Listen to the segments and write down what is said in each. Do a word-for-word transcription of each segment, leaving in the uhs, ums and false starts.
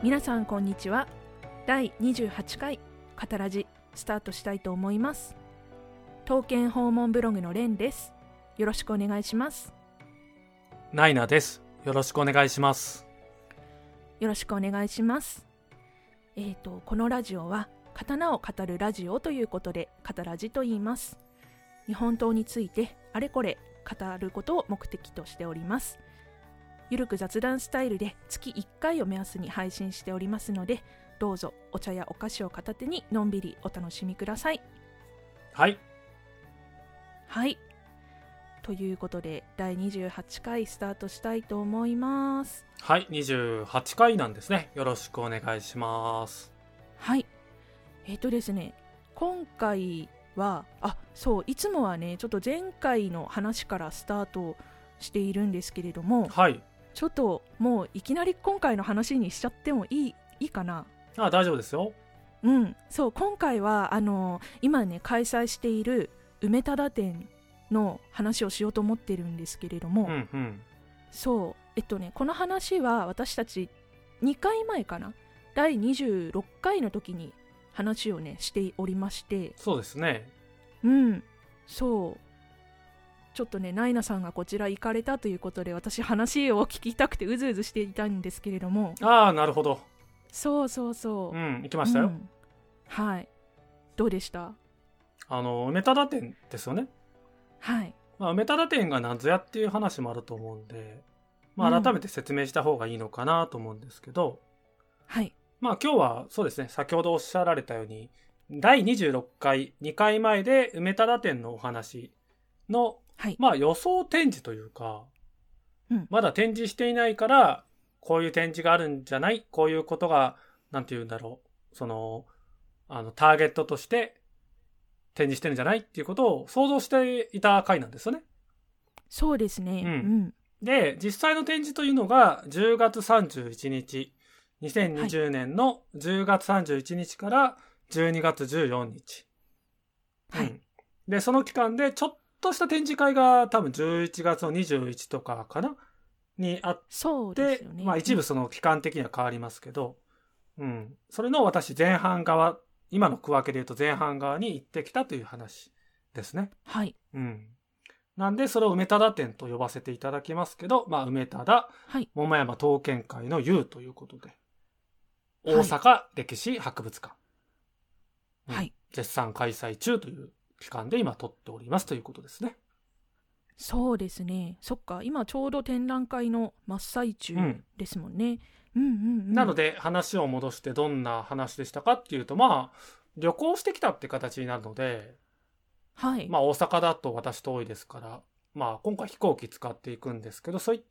皆さんこんにちは。だいにじゅうはちかいカタラジスタートしたいと思います。刀剣訪問ブログのレンです。よろしくお願いします。 ナイナです。よろしくお願いします。 よろしくお願いします。えーとこのラジオは刀を語るラジオということでカタラジと言います。日本刀についてあれこれ語ることを目的としております。ゆるく雑談スタイルで月いっかいを目安に配信しておりますので、どうぞお茶やお菓子を片手にのんびりお楽しみください。 はいはいということでだいにじゅうはちかいスタートしたいと思います。 はいにじゅうはちかいなんですね。よろしくお願いします。 はいえっとですね今回はあそういつもはねちょっと前回の話からスタートしているんですけれども、 はいちょっともういきなり今回の話にしちゃってもいいいいかな。 あ大丈夫ですよ。 うんそう今回はあの今ね開催している梅忠展の話をしようと思ってるんですけれども、 うんうんそうえっとねこの話は私たちにかいまえかなだいにじゅうろっかいの時に話をねしておりまして、 そうですね。 うんそうちょっとねナイナさんがこちら行かれたということで私話を聞きたくてうずうずしていたんですけれども、 ああなるほど。 そうそうそううん行きましたよ、 うん、はいどうでした？ あの梅忠展ですよね。 はい、 まあ、梅忠展が何ぞやっていう話もあると思うんで、まあ、改めて説明した方がいいのかなと思うんですけど、うん、 はいまあ今日はそうですね先ほどおっしゃられたようにだいにじゅうろっかいにかいまえで梅忠展のお話のはい、 まあ予想展示というか、 うん、 まだ展示していないからこういう展示があるんじゃない、こういうことがなんていうんだろう、そのあのターゲットとして展示してるんじゃないっていうことを想像していた回なんですよね。 そうですね、 うんうん、 で実際の展示というのがじゅうがつさんじゅういちにちにせんにじゅうねんのじゅうがつさんじゅういちにちからじゅうにがつじゅうよっか、 はい、 うん、でその期間でちょっとした展示会が多分じゅういちがつのにじゅういちとかかなにあって、 そうですよね、 まあ一部その期間的には変わりますけど、うん、それの私前半側、今の区分けで言うと前半側に行ってきたという話ですね。 はい、 うん、なんでそれを梅忠展と呼ばせていただきますけど、まあ梅忠、 はい、 桃山刀剣会の雄ということで、大阪歴史博物館、 はい、うん、 絶賛開催中という期間で今撮っておりますということですね。 そうですね、そっか今ちょうど展覧会の真っ最中ですもんね、うん、うんうんうん、 なので話を戻してどんな話でしたかっていうと、まあ旅行してきたって形になるので、 はい、 まあ大阪だと私遠いですから、まあ今回飛行機使っていくんですけど、そういった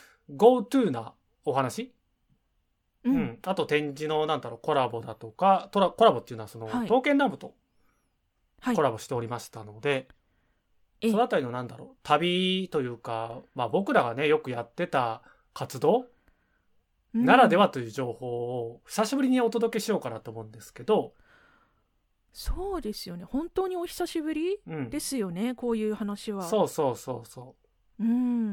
GoTo なお話、うん、うん、あと展示のなんだろうコラボだとか、トラコラボっていうのはその、はい、刀剣乱舞とコラボしておりましたので、はい、そのあたりのなんだろう旅というか、まあ僕らがねよくやってた活動ならではという情報を久しぶりにお届けしようかなと思うんですけど、 そうですよね本当にお久しぶりですよね、うん、こういう話は。 そうそうそうそう、 うん、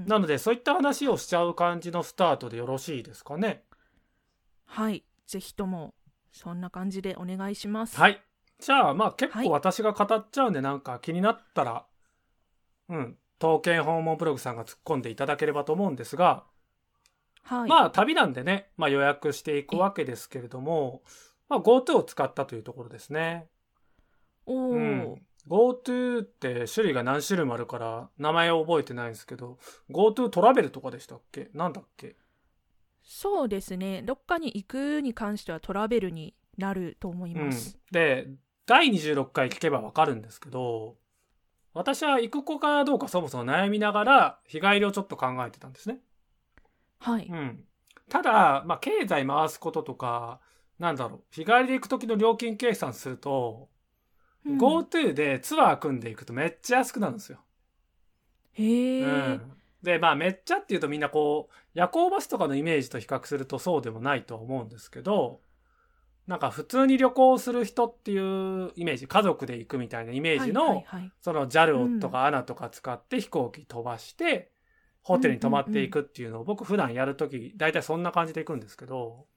なのでそういった話をしちゃう感じのスタートでよろしいですかね。 はいぜひともそんな感じでお願いします。 はいじゃあまあ結構私が語っちゃうんで、なんか気になったら、はい、うん刀剣訪問ブログさんが突っ込んでいただければと思うんですが、はい、まあ旅なんでね、まあ、予約していくわけですけれども、まあ、GoTo を使ったというところですね。 おー、うん、 GoTo って種類が何種類もあるから名前を覚えてないんですけど、 GoTo トラベルとかでしたっけ、なんだっけ。 そうですねどっかに行くに関してはトラベルになると思います、 うん、でだいにじゅうろっかい聞けばわかるんですけど、私は行く子かどうかそもそも悩みながら日帰りをちょっと考えてたんですね。 はい、 うん、ただ、まあ、経済回すこととかなんだろう日帰りで行く時の料金計算すると、うん、GoTo でツアー組んでいくとめっちゃ安くなるんですよ。 へー、 うん、でまあめっちゃっていうとみんなこう夜行バスとかのイメージと比較するとそうでもないとは思うんですけど、なんか普通に旅行する人っていうイメージ、家族で行くみたいなイメージの、はいはいはい、その ジャル とか エーエヌエー とか使って飛行機飛ばして、うん、ホテルに泊まっていくっていうのを僕普段やるとき大体そんな感じで行くんですけど、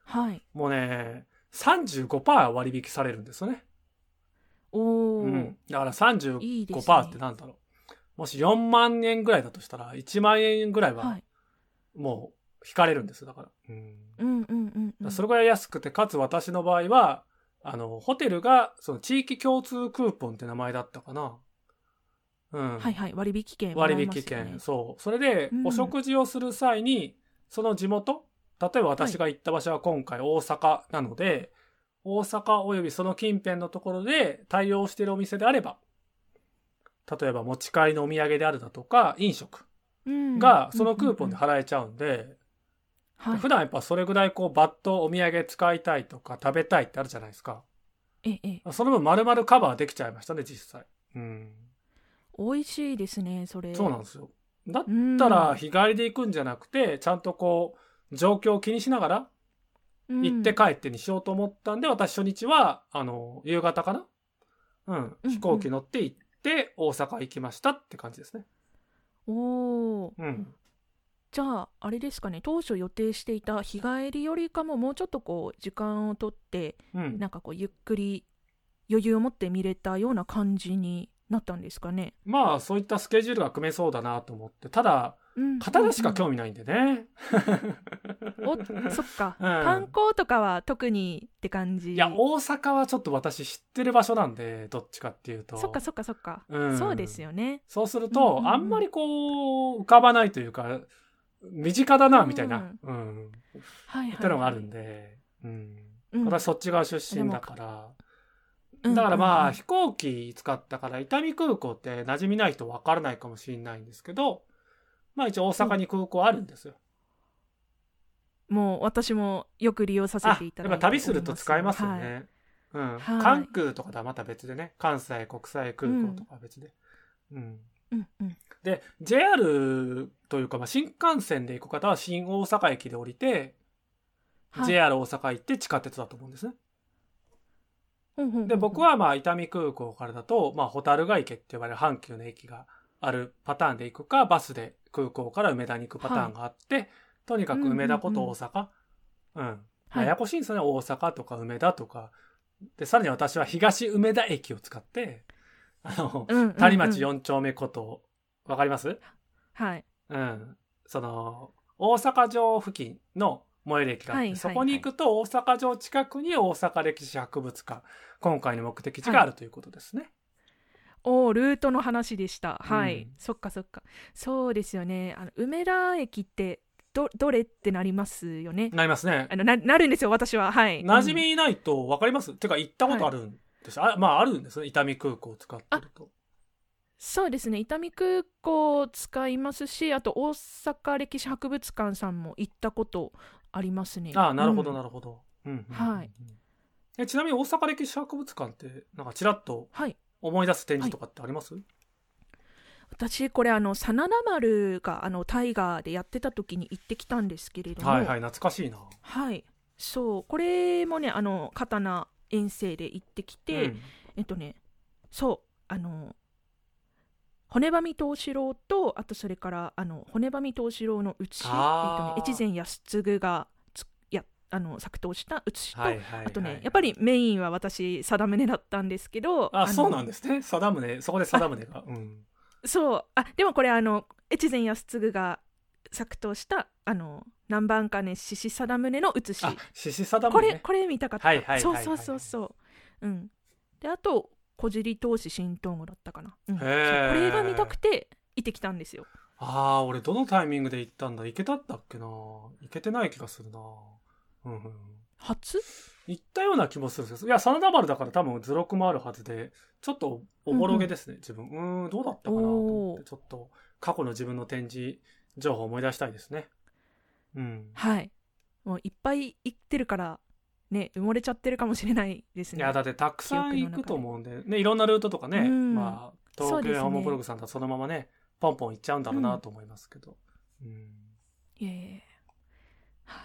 はい、 もうね さんじゅうごパーセント 割引されるんですよね。 おー、 うん、だから さんじゅうごパーセントいいですね。 ってなんだろう、もしよんまんえんぐらいだとしたらいちまんえんぐらいはもう引かれるんです。だから、うん、 うんうんうんうん、 それぐらい安くて、かつ私の場合はあのホテルがその地域共通クーポンって名前だったかな、うん、 はいはい、割引券もら割えますよね。 引券、そうそれでお食事をする際に、うん、その地元、例えば私が行った場所は今回大阪なので、はい、大阪およびその近辺のところで対応しているお店であれば、例えば持ち帰りのお土産であるだとか飲食がそのクーポンで払えちゃうんで、うん、普段やっぱそれぐらいこうバッとお土産使いたいとか食べたいってあるじゃないですか。 ええ、 その分丸々カバーできちゃいましたね実際。うん、 美味しいですねそれ。 そうなんですよ。だったら日帰りで行くんじゃなくて、ちゃんとこう状況を気にしながら行って帰ってにしようと思ったんで、うん、私初日はあの夕方かな、うん、飛行機乗って行って大阪行きましたって感じですね。 おー、 うん、 じゃああれですかね、当初予定していた日帰りよりかももうちょっとこう時間をとって、うん、なんかこうゆっくり余裕を持って見れたような感じになったんですかね。 まあそういったスケジュールが組めそうだなと思って。ただ、うん、片田しか興味ないんでね、 うんうん、おそっか、うん、観光とかは特にって感じ。 いや大阪はちょっと私知ってる場所なんで、どっちかっていうと。 そっかそっかそっか、うん、そうですよね。 そうすると、うんうんうん、あんまりこう浮かばないというか身近だなみたいな、うんうん、はいはい、ってのがあるんで、うんうん、私そっち側出身だから、だからまあ、うんうんうん、飛行機使ったから伊丹空港って馴染みない人分からないかもしれないんですけど、まあ一応大阪に空港あるんですよ。 うん、もう私もよく利用させていただいております。 やっぱ旅すると使えますよね、はい、うん、はい、関空とかとはまた別でね、関西国際空港とかは別で、うん、うんうん、で ジェイアール というか、まあ、新幹線で行く方は新大阪駅で降りて、はい、ジェイアール 大阪行って地下鉄だと思うんですね。で僕はまあ伊丹空港からだと、まあ、蛍ヶ池って呼ばれる阪急の駅があるパターンで行くか、バスで空港から梅田に行くパターンがあって、はい、とにかく梅田こと大阪、うん、うんうん、ややこしいんですよね、はい、大阪とか梅田とかで、さらに私は東梅田駅を使ってあの、うんうんうん、谷町よん丁目ことわかります？ はい、 うん、その大阪城付近の最寄り駅があって、はいはいはい、そこに行くと大阪城近くに大阪歴史博物館、今回の目的地があるということですね。はい、 おルートの話でした。はい、うん、そっかそっか、そうですよね。あの梅田駅ってどどれってなりますよね。 なりますね。 あの な, なるんですよ私は。はい。 馴染みないと分かります？うん、てか行ったことあるんです、はい、あまああるんですね、伊丹空港を使ってると。 そうですね、伊丹空港を使いますし、あと大阪歴史博物館さんも行ったことありますね。 ああ、なるほどなるほど、うんうんうんうん、 はい。 えちなみに大阪歴史博物館ってなんかちらっと思い出す展示とかってあります？はいはい、 私これあの真田丸があの大河でやってた時に行ってきたんですけれども、 はいはい、懐かしいな。 はい、そうこれもね、あの刀遠征で行ってきて、うん、えっとねそうあの骨喰藤四郎と、あとそれからあの骨喰藤四郎の写し、えっとね、越前安次がやあの作刀した写しと、はいはいはいはい、あとねやっぱりメインは私貞宗だったんですけど、 ああそうなんですね、貞宗、そこで貞宗が、うん、 そうあでもこれあの越前安次が作刀したあの南蛮金獅子貞宗の写し、 あ獅子貞宗、 これこれ見たかった、 はいはいはいはいはい、 そうそうそうそう、うん、であと小尻投資新東郷だったかな、うん、これが見たくて行ってきたんですよ。 ああ、俺どのタイミングで行ったんだ、行けたんだっけな、行けてない気がするな、うんうん、 初行ったような気もするんですけど、いや真田丸だから多分図録もあるはずで、ちょっとおぼろげですね、うんうん、自分うーんどうだったかなと思って、ちょっと過去の自分の展示情報を思い出したいですね。うん、 はいもういっぱい行ってるからね、埋もれちゃってるかもしれないですね。 いやだってたくさん行くと思うんで、ね、いろんなルートとかね、うん、まあ東京やホモブログさんだとそのままねポンポン行っちゃうんだろうなと思いますけど、うんうん、 いやいや、はい、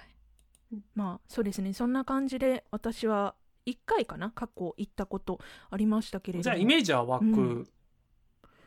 まあそうですね、そんな感じで私はいっかいかな過去行ったことありましたけれども、 じゃあイメージは湧く、うん、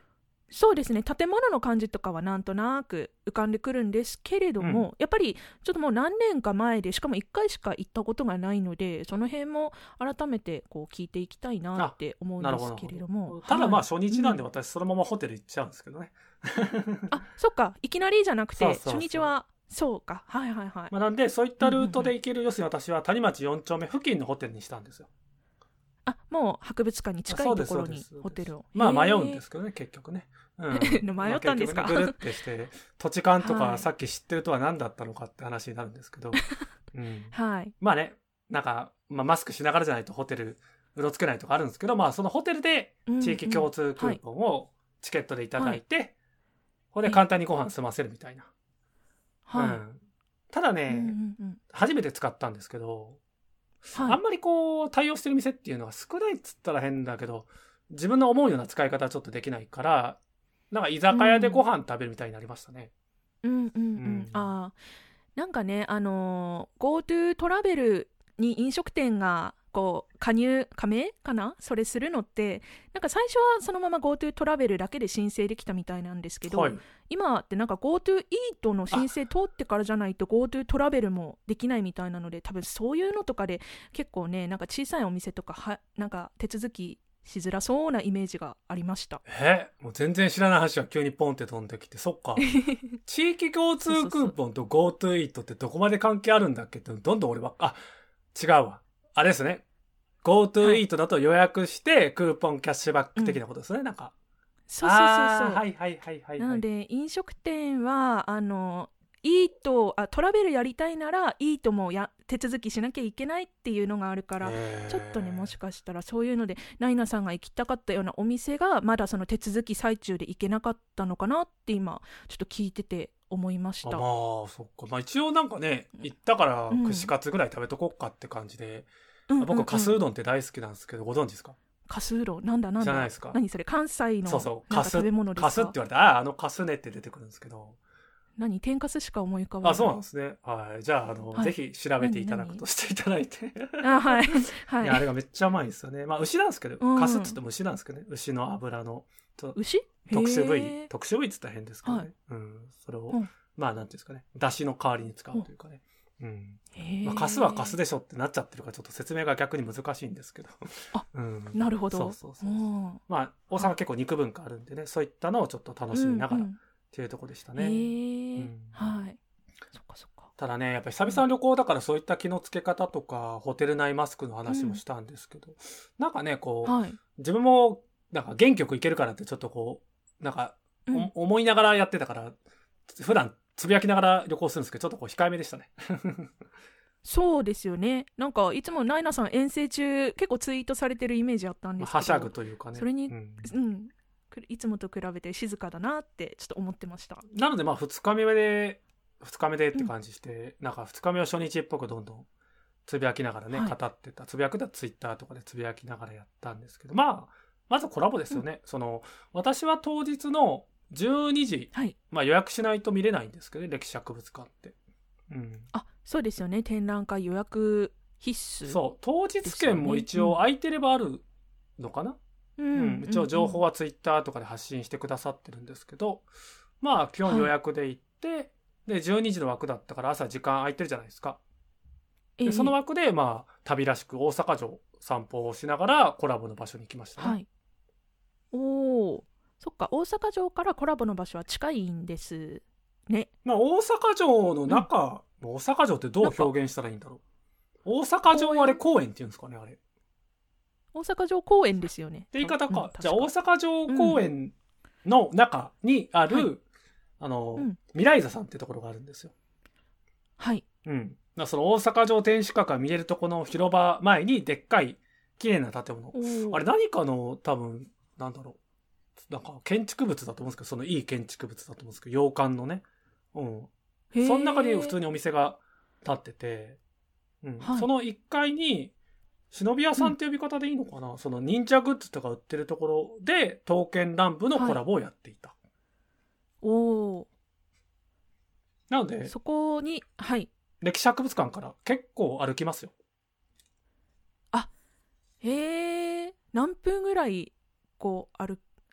そうですね、建物の感じとかはなんとなく浮かんでくるんですけれども、 うん、 やっぱりちょっともう何年か前で、しかもいっかいしか行ったことがないので、その辺も改めてこう聞いていきたいなって思うんですけれども。 ただまあはい、 初日なんでうん、 私そのままホテル行っちゃうんですけどね。 あ、そっか、いきなりじゃなくてそうそうそう初日はそうか、はいはいはい、 まあ、なんでそういったルートうんうんうん、 で行ける、要するに私は谷町よん丁目付近のホテルにしたんですよ。 あ、もう博物館に近いところにホテルを。 まあ迷うんですけどね、結局ね。うん、 迷ったんですか、 まあ、結局ね、ぐるってして土地勘とはかい、 さっき知ってるとは何だったのかって話になるんですけど、うん、 はい、 まあね、なんか、まあ、マスクしながらじゃないとホテルうろつけないとかあるんですけど、まあそのホテルで地域共通クーポンをチケットでいただいて、うんうん、はい、これで簡単にご飯済ませるみたいな。はい、うん、ただね、うんうんうん、初めて使ったんですけど、はい、あんまりこう対応してる店っていうのは少ないっつったら変だけど、自分の思うような使い方はちょっとできないから、なんか居酒屋でご飯食べるみたいになりましたね。 うんうんうん、うん、ああ、なんかね、あのー、GoTo トラベルに飲食店がこう加入加盟かな、それするのってなんか最初はそのまま GoTo トラベルだけで申請できたみたいなんですけど、はい、今ってなんか GoTo イートの申請通ってからじゃないと GoTo トラベルもできないみたいなので、多分そういうのとかで結構ね、なんか小さいお店とかはなんか手続きしづらそうなイメージがありました。 えもう全然知らない話が急にポンって飛んできて、そっか地域共通クーポンと GoTo イートってどこまで関係あるんだっけってどんどん俺ばっか、あ、違うわ、あれですね、 GoTo イートだと予約してクーポンキャッシュバック的なことですね、うん、なんかそうそうそうそう、 はいはいはいはい、 なので飲食店はあのイートあトラベルやりたいならイートもや手続きしなきゃいけないっていうのがあるから、ちょっとね、もしかしたらそういうのでナイナさんが行きたかったようなお店がまだその手続き最中で行けなかったのかなって今ちょっと聞いてて思いました。 あ、まあそっか、まあ一応なんかね、行ったから串カツぐらい食べとこっかって感じで、うん、僕かすうどんって大好きなんですけど、ご存知ですか？ かすうどんなんだなんだじゃないですか。 何それ、関西のそうそうなんか食べ物ですか？ かすって言われて、あああのかすねって出てくるんですけど、 何、天かすしか思い浮かばない。 あ、そうなんですね。はい。じゃあ、あの、はい、ぜひ調べていただくとしていただいて。 あ、はい。はい。 いや、あれがめっちゃうまいんですよね。まあ、牛なんですけど、うん、かすっつっても牛なんですけどね。牛の油の。 牛？ 特殊部位。特殊部位っつったら変ですけどね。はい、うん。それを、うん、まあ、なんていうんですかね。出汁の代わりに使うというかね。うん。まあ、かすはかすでしょってなっちゃってるから、ちょっと説明が逆に難しいんですけど。 あ、うん、なるほど。 そうそうそう。まあ、大阪結構肉文化あるんでね、そういったのをちょっと楽しみながら、うんうんっていうところでしたね。 へー、うん、はい。そっかそっか。 ただね、やっぱり久々の旅行だからそういった気のつけ方とか、ホテル内マスクの話もしたんですけど、うん、なんかね、こう、はい、自分もなんか元気よくいけるからってちょっとこう、なんか、うん、思いながらやってたから、普段つぶやきながら旅行するんですけど、ちょっとこう控えめでしたね。 そうですよね。なんかいつもナイナさん遠征中結構ツイートされてるイメージあったんですけど、 はしゃぐというかね。 それに、うん、うんいつもと比べて静かだなってちょっと思ってました。 なのでまあふつかめでふつかめでって感じして、うん、なんかふつかめは初日っぽくどんどんつぶやきながらね、はい、語ってたつぶやくだツイッターとかでつぶやきながらやったんですけど、まあまずコラボですよね、うん、その私は当日のじゅうにじ、はい、まあ予約しないと見れないんですけど、ね、歴史博物館って、うん、 あ、そうですよね、展覧会予約必須、 そう当日券も一応空いてればあるのかな、うんうん、一応情報はツイッターとかで発信してくださってるんですけど、まあ基本予約で行って、はい、でじゅうにじの枠だったから朝時間空いてるじゃないですか。で、えー、その枠でまあ旅らしく大阪城散歩をしながらコラボの場所に行きましたね。はい、 おお、そっか、大阪城からコラボの場所は近いんですね。 まあ大阪城の中、うん、大阪城ってどう表現したらいいんだろう。大阪城あれ公園っていうんですかね、あれ。 大阪城公園ですよね。 って言い方か。うん、じゃあ大阪城公園の中にある、うん、あの、うん、未来座さんってところがあるんですよ。 はい。 うん。その大阪城天守閣が見えるところの広場前にでっかい綺麗な建物。あれ何かの多分なんだろう。なんか建築物だと思うんですけど、そのいい建築物だと思うんですけど、洋館のね。うん。その中に普通にお店が建ってて、うん。はい、そのいっかいに忍び屋さんって呼び方でいいのかな、うん、その忍者グッズとか売ってるところで刀剣乱舞のコラボをやっていた。はい、 おお。 なのでそこに、はい、 歴史博物館から結構歩きますよ。 あ、へえ、何分ぐらいこう歩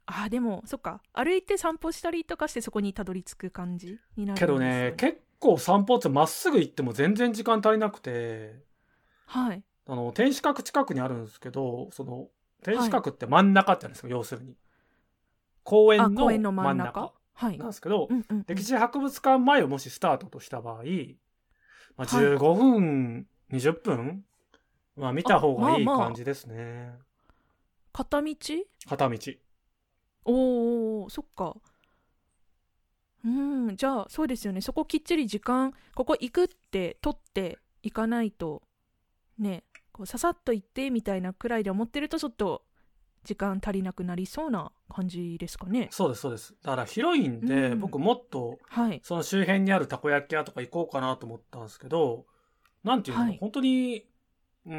あでもそっか、歩いて散歩したりとかしてそこにたどり着く感じになるんですかね。 けどね、結構散歩ってまっすぐ行っても全然時間足りなくて、 はい。 あの天守閣近くにあるんですけど、その天守閣って真ん中ってあるんですよ、要するに公園の真ん中なんですけど、 うんうんうん、 歴史博物館前をもしスタートとした場合、まあ、じゅうごふん、はい、にじゅっぷん、まあ、見た方がいい感じですね。まあまあ、 片道片道。 おー、そっか。うん、じゃあそうですよね。そこきっちり時間、ここ行くって取っていかないとね、こうささっと行ってみたいなくらいで思ってるとちょっと時間足りなくなりそうな感じですかね。 そうですそうです。だから広いんで、うん、僕もっとその周辺にあるたこ焼き屋とか行こうかなと思ったんですけど、なんていうの、はい、本当に、うん、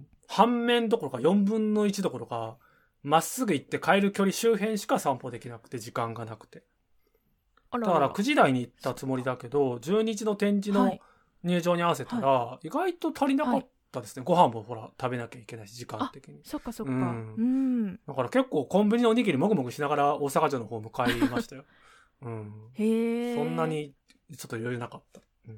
半面どころかよんぶんのいちどころか、まっすぐ行って帰る距離周辺しか散歩できなくて、時間がなくて。だからくじ台に行ったつもりだけど、じゅうにちの展示の入場に合わせたら、意外と足りなかったですね。はい、ご飯もほら食べなきゃいけないし、時間的に。 そっかそっか。うん。 うん、だから結構コンビニのおにぎりもぐもぐしながら大阪城の方向かいましたよ。うん、 へえ。 そんなにちょっと余裕なかった。うん、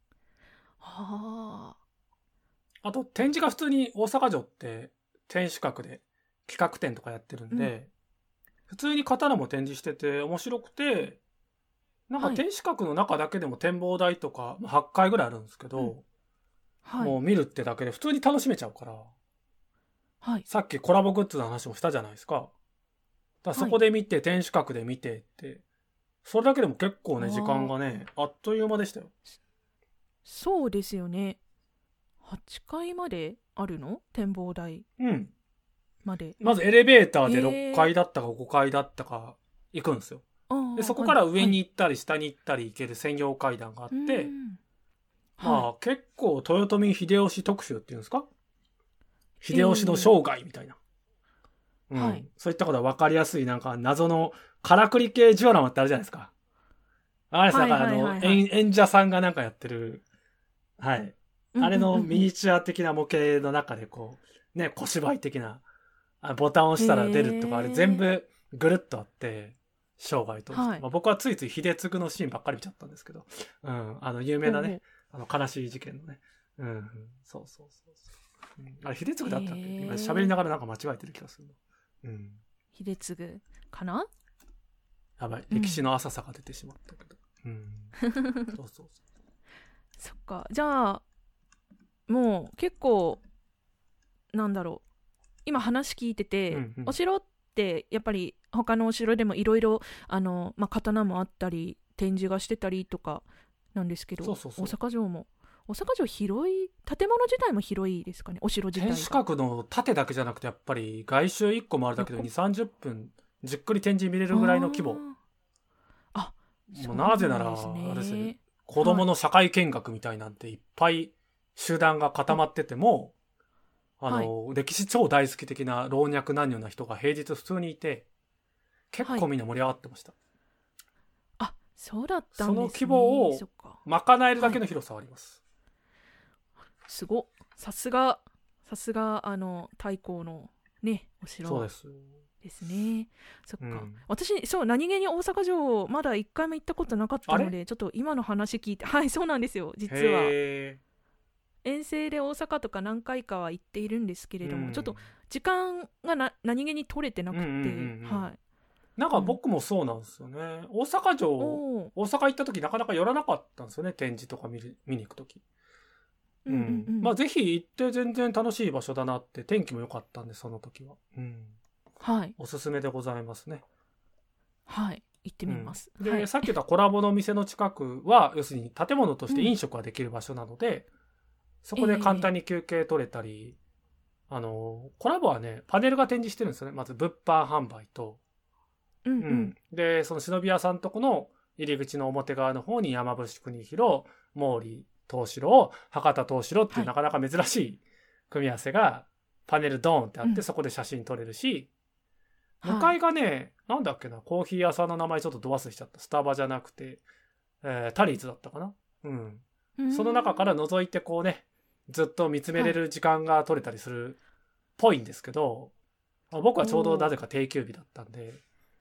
はあ。 あと展示が普通に大阪城って天守閣で企画展とかやってるんで、うん、普通に刀も展示してて面白くて、なんか天守閣の中だけでも展望台とかはっかいぐらいあるんですけど、うんはい、もう見るってだけで普通に楽しめちゃうから、はい、さっきコラボグッズの話もしたじゃないですか。だからそこで見て、はい、天守閣で見てってそれだけでも結構ね時間がねあっという間でしたよ。 そうですよね。はちかいまであるの？展望台まで、 うん、まずエレベーターでろっかいだったかごかいだったか行くんですよ。でそこから上に行ったり下に行ったり行ける専用階段があって、はい、まあ、はい、結構豊臣秀吉特集っていうんですか、秀吉の生涯みたいな、えーうんはい、そういったことは分かりやすいなんか謎のからくり系ジオラマってあるじゃないですか。あれさ、はいはいはいはい、あの演者さんがなんかやってる、はい、あれのミニチュア的な模型の中でこうね小芝居的なボタンを押したら出るとか、あれ全部ぐるっとあって生涯と、はいまあ、僕はついつい秀次のシーンばっかり見ちゃったんですけど、うん、あの有名なね、あの悲しい事件のね、うん、そうそうそうそう、うん、あれ秀次だったっけ、今喋りながらなんか間違えてる気がするの、うん、 秀次かな、 やばい、歴史の浅さが出てしまったけど、うんうん、そうそうそうそっか、じゃあもう結構なんだろう、今話聞いてて、うんうん、お城ってやっぱり他のお城でもいろいろ刀もあったり展示がしてたりとかなんですけど、そうそうそう、大阪城も大阪城広い、建物自体も広いですかね、お城自体が。 天守閣の縦だけじゃなくてやっぱり外周いっこもあるだけでにじゅうさんじゅっぷんじっくり展示見れるぐらいの規模。 あ、 もうなぜならあれですね、子供の社会見学みたいなんていっぱい集団が固まってても、あの、はい、歴史超大好き的な老若男女な人が平日普通にいて結構みんな盛り上がってました。はい、 あ、そうだったんですね。 その規模を賄えるだけの広さはあります。 はい、すごっ、さすがさすがあの太閤のねお城。 そうですですね。そっか、うん、私そう何気に大阪城まだ一回も行ったことなかったので、ちょっと今の話聞いて、はい、そうなんですよ、実は遠征で大阪とか何回かは行っているんですけれども、うん、ちょっと時間がな何気に取れてなくて、うんうんうんうん、はい、 なんか僕もそうなんですよね、うん、大阪城大阪行った時なかなか寄らなかったんですよね、展示とか 見る見に行く時、うんうんうん、まあぜひ行って全然楽しい場所だなって、天気も良かったんでその時は、うん、はい、おすすめでございますね。 はい、行ってみます、 うん、で、 はい、 さっき言ったコラボの店の近くは要するに建物として飲食ができる場所なので、うん、そこで簡単に休憩取れたり、えー、あのコラボはねパネルが展示してるんですよね。まず物販販売と、うんうんうん、でその忍び屋さんとこの入り口の表側の方に山伏国広、毛利藤四郎、博多藤四郎っていうなかなか珍しい組み合わせがパネルドーンってあって、うん、そこで写真撮れるし、向かいがね、はい、なんだっけな、コーヒー屋さんの名前ちょっとど忘れしちゃった。スタバじゃなくて、えー、タリーズだったかな、うん、その中から覗いてこうねずっと見つめれる時間が取れたりするっぽいんですけど、はい、僕はちょうどなぜか定休日だったんで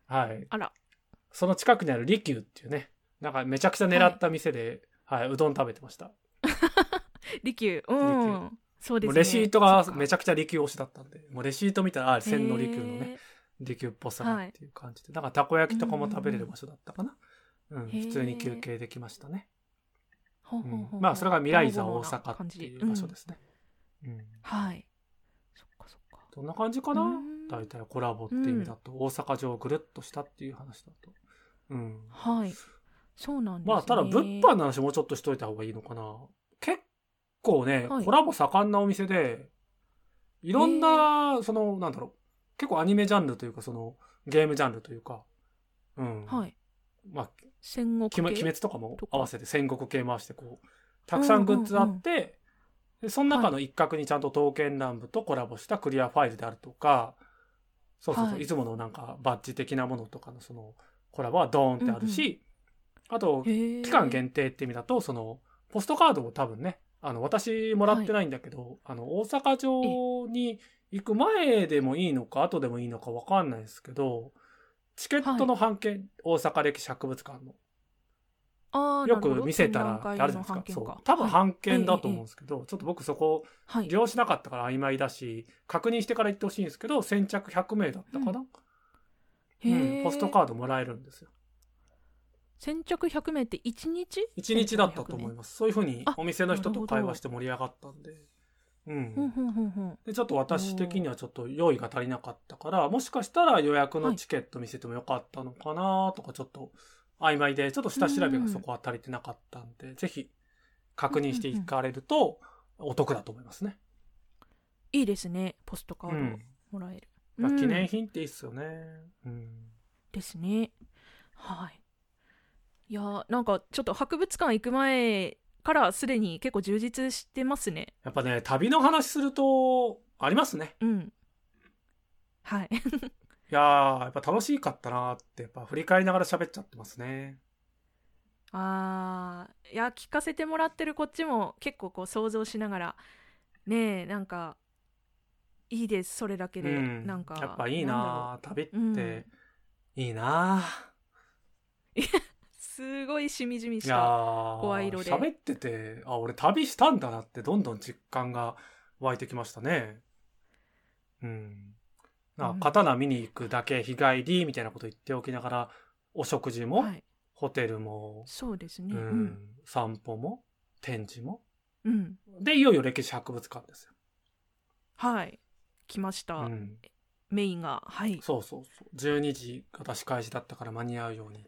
はい。 あら。 その近くにある利休っていうね、なんかめちゃくちゃ狙った店で、はい、はい、うどん食べてました。 利休、うん。そうですね。 もうレシートがめちゃくちゃ利休推しだったんで、もうレシート見たら、あ、千の利休のね、利休っぽさがっていう感じで、だからたこ焼きとかも食べれる場所だったかな。うん、うん、普通に休憩できましたね。うん、まあそれが未来座大阪っていう場所ですね。うん、 はい。そっかそっか。 どんな感じかな。大体コラボって意味だと、大阪城をぐるっとしたっていう話だと。うん。 はい。そうなんですね。 まあただ物販の話もうちょっとしといた方がいいのかな。結構ね、はい、コラボ盛んなお店で、いろんなそのなんだろう、結構アニメジャンルというかそのゲームジャンルというか、うん。 はい。 まあ戦国系鬼滅とかも合わせて戦国系回してこうたくさんグッズあって、うんうんうん、でその中の一角にちゃんと刀剣乱舞とコラボしたクリアファイルであるとか、そうそうそう、はい、いつものなんかバッジ的なものとかのそのコラボはドーンってあるし、うんうん、あと期間限定って意味だとそのポストカードを多分ね、あの私もらってないんだけど、はい、あの大阪城に行く前でもいいのか後でもいいのか分かんないですけど、チケットの半券、はい、大阪歴史博物館のあよく見せたらってあるじゃないですか。そう。多分半券だと思うんですけど、はい、ちょっと僕そこ利用しなかったから曖昧だし、確認してから行ってほしいんですけど、先着ひゃくめいだったかな、うんうん、ポストカードもらえるんですよ。 先着ひゃくめいっていちにち ?いち日だったと思います。そういうふうにお店の人と会話して盛り上がったんで。うん。で、ちょっと私的にはちょっと用意が足りなかったから、もしかしたら予約のチケット見せてもよかったのかなとか、ちょっと曖昧で、ちょっと下調べがそこは足りてなかったんで、うんうん、ぜひ確認していかれるとお得だと思いますね。 いいですね、ポストカードもらえる。 うん、記念品っていいっすよね。うん、 ですね。はい。いやなんかちょっと博物館行く前からすでに結構充実してますね。 やっぱね、旅の話するとありますね。 うん。はい。 いやー、やっぱ楽しかったなってやっぱ振り返りながら喋っちゃってますね。 あー、いや聞かせてもらってるこっちも結構こう想像しながらねえ、なんかいいです、それだけで、うん、なんかやっぱいいな、旅っていいな、 うん、すごいしみじみした声色で喋ってて、あ、俺旅したんだなってどんどん実感が湧いてきましたね。うん。な刀見に行くだけ日帰りみたいなこと言っておきながら、お食事も、はい、ホテルも、 そうですね、 うんうん、散歩も展示も、 うん、 でいよいよ歴史博物館ですよ。 はい、来ました、うん、メインが、はい、 そうそうそう、じゅうにじ私開始だったから間に合うように行って、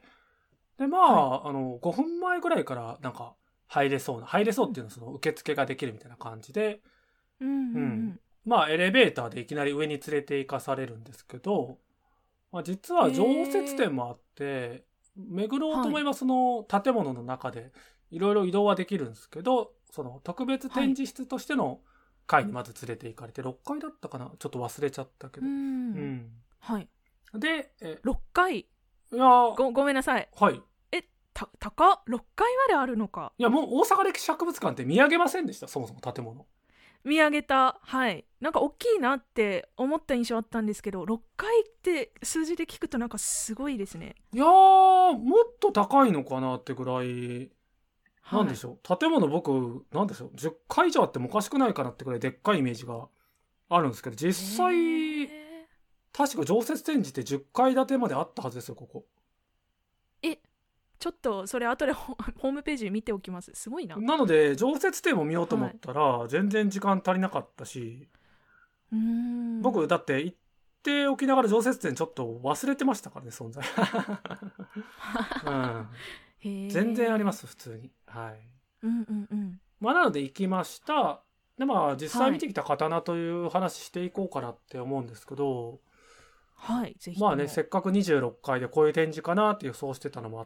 でまあ、はい、あのごふんまえぐらいからなんか入れそうな入れそうっていうのはその受付ができるみたいな感じで、 うんうんうんうん、 まあエレベーターでいきなり上に連れて行かされるんですけど、まあ、実は常設展もあって巡ろうと思えばその建物の中でいろいろ移動はできるんですけど、はい、その特別展示室としての階にまず連れて行かれて、ろっかいだったかな、ちょっと忘れちゃったけど、 うん、うん、はい、 でえろっかい、いや ご, ごめんなさい、 はい、 えた高ろっかいまであるのか。 いやもう大阪歴史博物館って見上げませんでした？そもそも建物見上げた、はい、なんか大きいなって思った印象あったんですけど、ろっかいって数字で聞くとなんかすごいですね。 いやーもっと高いのかなってぐらい、なんでしょう、はい、建物僕なんでしょうじゅっかい以上あってもおかしくないかなってぐらいでっかいイメージがあるんですけど、実際確か常設展示ってじゅっかい建てまであったはずですよ、ここ。 えちょっとそれ後でホームページ見ておきます。すごいな。 なので常設展も見ようと思ったら全然時間足りなかったし、 はい、うーん僕だって行っておきながら常設展ちょっと忘れてましたからね、存在、うん、へ全然あります普通に、はい、 うんうんうん、 まあなので行きました。でまあ実際見てきた刀という話していこうかなって思うんですけど、 はい、ぜひ。 まあね、せっかくにじゅうろっかいでこういう展示かなって予想してたのもあって、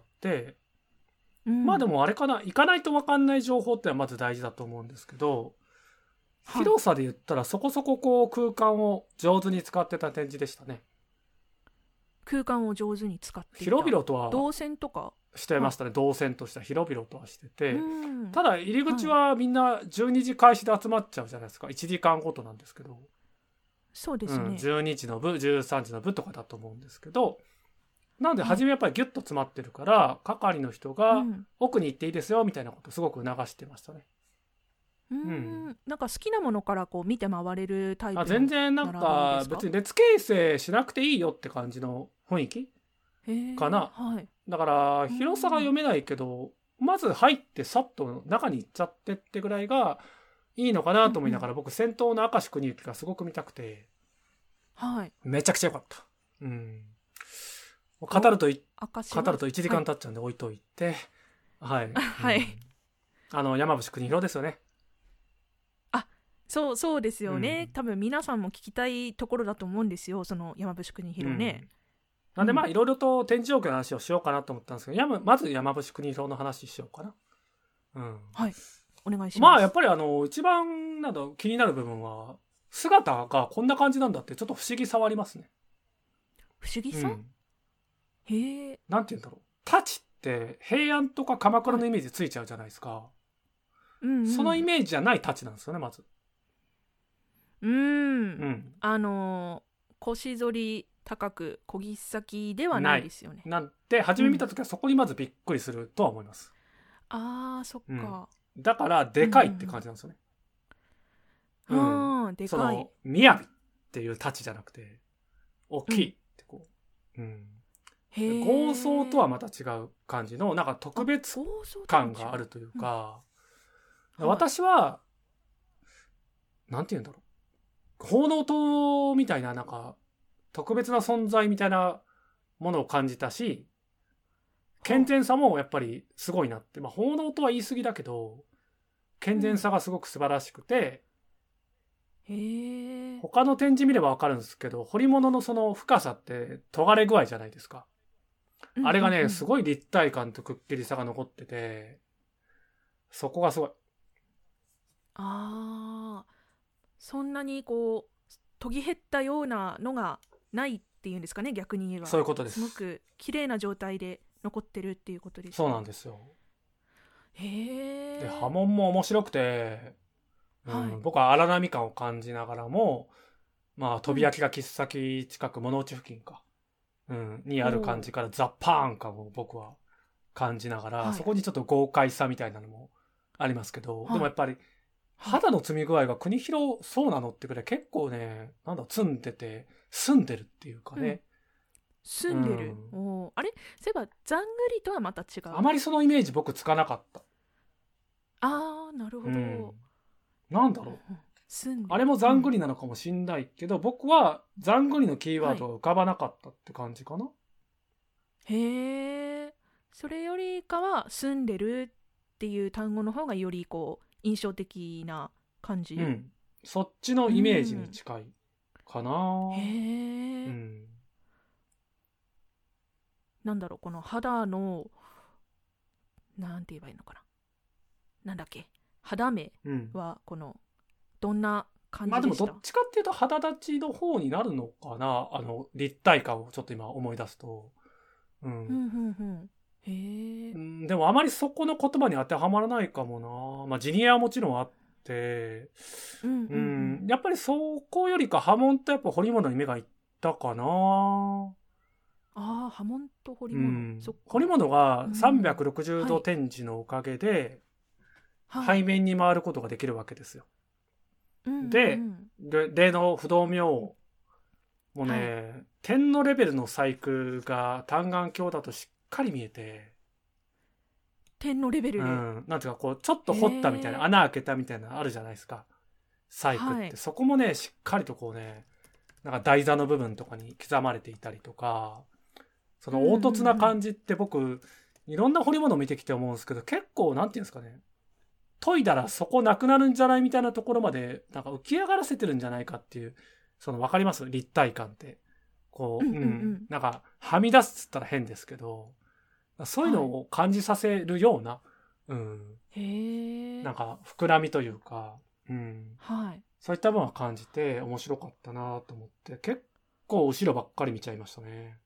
うん、まあでもあれかな、行かないと分かんない情報ってのはまず大事だと思うんですけど、はい、広さで言ったらそこそここう空間を上手に使ってた展示でしたね。 空間を上手に使っていた。 広々とは動線とかしてましたね、はい、動線としては広々とはしてて、 うん、 ただ入り口はみんなじゅうにじ開始で集まっちゃうじゃないですか。いちじかんごとなんですけど、 そうですね、 うん、じゅうにじの部じゅうさんじの部とかだと思うんですけど、 なので初めやっぱりギュッと詰まってるから、はい、係の人が奥に行っていいですよみたいなことをすごく促してましたね。 うん、うん、なんか好きなものからこう見て回れるタイプのあ全然なんか別に列形成しなくていいよって感じの雰囲気かな、 はい、 だから広さが読めないけど、うん、まず入ってさっと中に行っちゃってってぐらいがいいのかなと思いながら、うんうん、僕戦闘の明石国行がすごく見たくて、 はい、 めちゃくちゃ良かった。うん。語るとい語るといちじかん経っちゃうんで置いといて、はい、 はい、うん、 あの山伏国広ですよね。 あ、そうそうですよね、うん、多分皆さんも聞きたいところだと思うんですよ、その山伏国広ね。うん、 なんでまあいろいろと展示状況の話をしようかなと思ったんですけど、まず山伏国広の話しようかな。うん、 はい、お願いします。 まあやっぱりあの一番など気になる部分は姿がこんな感じなんだってちょっと不思議さはありますね。 不思議さ、うん、へえ。 なんて言うんだろう。太刀って平安とか鎌倉のイメージついちゃうじゃないですか。はい、うんうん、そのイメージじゃない太刀なんですよね、まず。 うーん。うん、あのー、腰反り高く小木先ではないですよね。 なんて初め見たときはそこにまずびっくりするとは思います。 うん、あー、そっか、 うん。だからでかいって感じなんですよね。 うん、うん、でかい。 その雅っていう太刀じゃなくて大きいってこう。うん。うん豪壮とはまた違う感じのなんか特別感があるというか、うん、私はなんて言うんだろう、奉納塔みたいななんか特別な存在みたいなものを感じたし、健全さもやっぱりすごいなって、まあ奉納塔は言い過ぎだけど健全さがすごく素晴らしくて、 うん、へ他の展示見れば分かるんですけど、彫り物のその深さって尖れ具合じゃないですか。あれがね、うんうんうん、すごい立体感とくっきりさが残ってて、そこがすごい。 ああ、そんなにこう研ぎ減ったようなのがないっていうんですかね、逆に言えば。 そういうことです。 すごく綺麗な状態で残ってるっていうことです、ね。 そうなんですよ。 へえ。 で刃文も面白くて、うんはい、僕は荒波感を感じながらも、まあ飛び焼きが切っ先近く物内付近か。うん、にある感じからザ・パーン感を僕は感じながら、はい、そこにちょっと豪快さみたいなのもありますけど、はい、でもやっぱり肌の積み具合が国広そうなのってくらい結構ね、なんだ積んでて澄んでるっていうかね、うん、 澄んでる、うん、おあれそういえばざんぐりとはまた違う。 あまりそのイメージ僕つかなかった。 あーなるほど、うん、 なんだろう、あれもざんぐりなのかもしんないけど、うん、僕はざんぐりのキーワードが浮かばなかったって感じかな、はい、 へえ。それよりかは住んでるっていう単語の方がよりこう印象的な感じ、 うん、そっちのイメージに近いかな、うん、 へえ、うん、なんだろう、この肌のなんて言えばいいのかな、なんだっけ、肌目はこの、うんどんな感じでした？まあでもどっちかっていうと肌立ちの方になるのかな、あの立体感をちょっと今思い出すと、うん、 うんうんうん、へえ、うん、 でもあまりそこの言葉に当てはまらないかもな。まあジニアはもちろんあって、うんうんうんうん、やっぱりそこよりか刃文とやっぱ彫り物に目がいったかな。 ああ、刃文と彫り物、うん、 そっか。彫り物がさんびゃくろくじゅうど展示のおかげで、はい、背面に回ることができるわけですよ。で、うんうん、例の不動明王もね、はい、点のレベルの細工が単眼鏡だとしっかり見えて、 点のレベルで、 うん、なんていうかこうちょっと掘ったみたいな、穴開けたみたいなのあるじゃないですか、細工って、はい、そこもねしっかりとこうね、なんか台座の部分とかに刻まれていたりとか、その凹凸な感じって僕、うんうんうん、いろんな彫り物見てきて思うんですけど、結構なんていうんですかね、研いだらそこなくなるんじゃないみたいなところまでなんか浮き上がらせてるんじゃないかっていう、その分かります？立体感ってこう、うんうんうん、なんかはみ出すっつったら変ですけど、そういうのを感じさせるような、はい、うん、へなんか膨らみというか、うん、はい、そういった分は感じて面白かったなと思って、結構後ろばっかり見ちゃいましたね。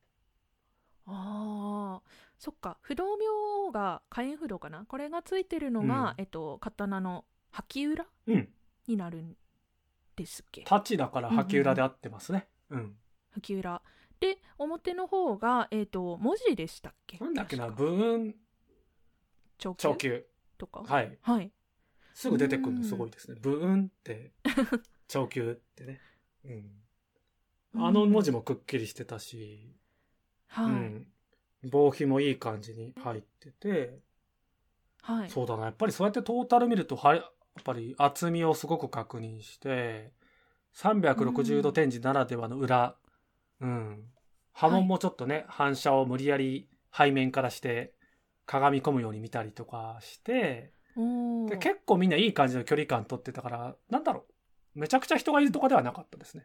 ああ、そっか、不動明が火炎不動かな、これがついてるのが、うん、えっと刀の履裏、うん、になるんですっけ。 太刀だから履裏で合ってますね。うん、 履裏で表の方が、えー、と文字でしたっけ？ なんだっけな、 確か文長級長級。 とか。 はい。 はい。 すぐ出てくるのすごいですね。文って長級ってね。うん。あの文字もくっきりしてたし、 はい、 うん。棒比もいい感じに入ってて、 はい、 そうだな。やっぱりそうやってトータル見ると、はやっぱり厚みをすごく確認して、さんびゃくろくじゅうど展示ならではの裏、うん。波紋もちょっとね、反射を無理やり背面からして鏡込むように見たりとかして、 おーで結構みんないい感じの距離感取ってたから、なんだろう。めちゃくちゃ人がいるとかではなかったですね。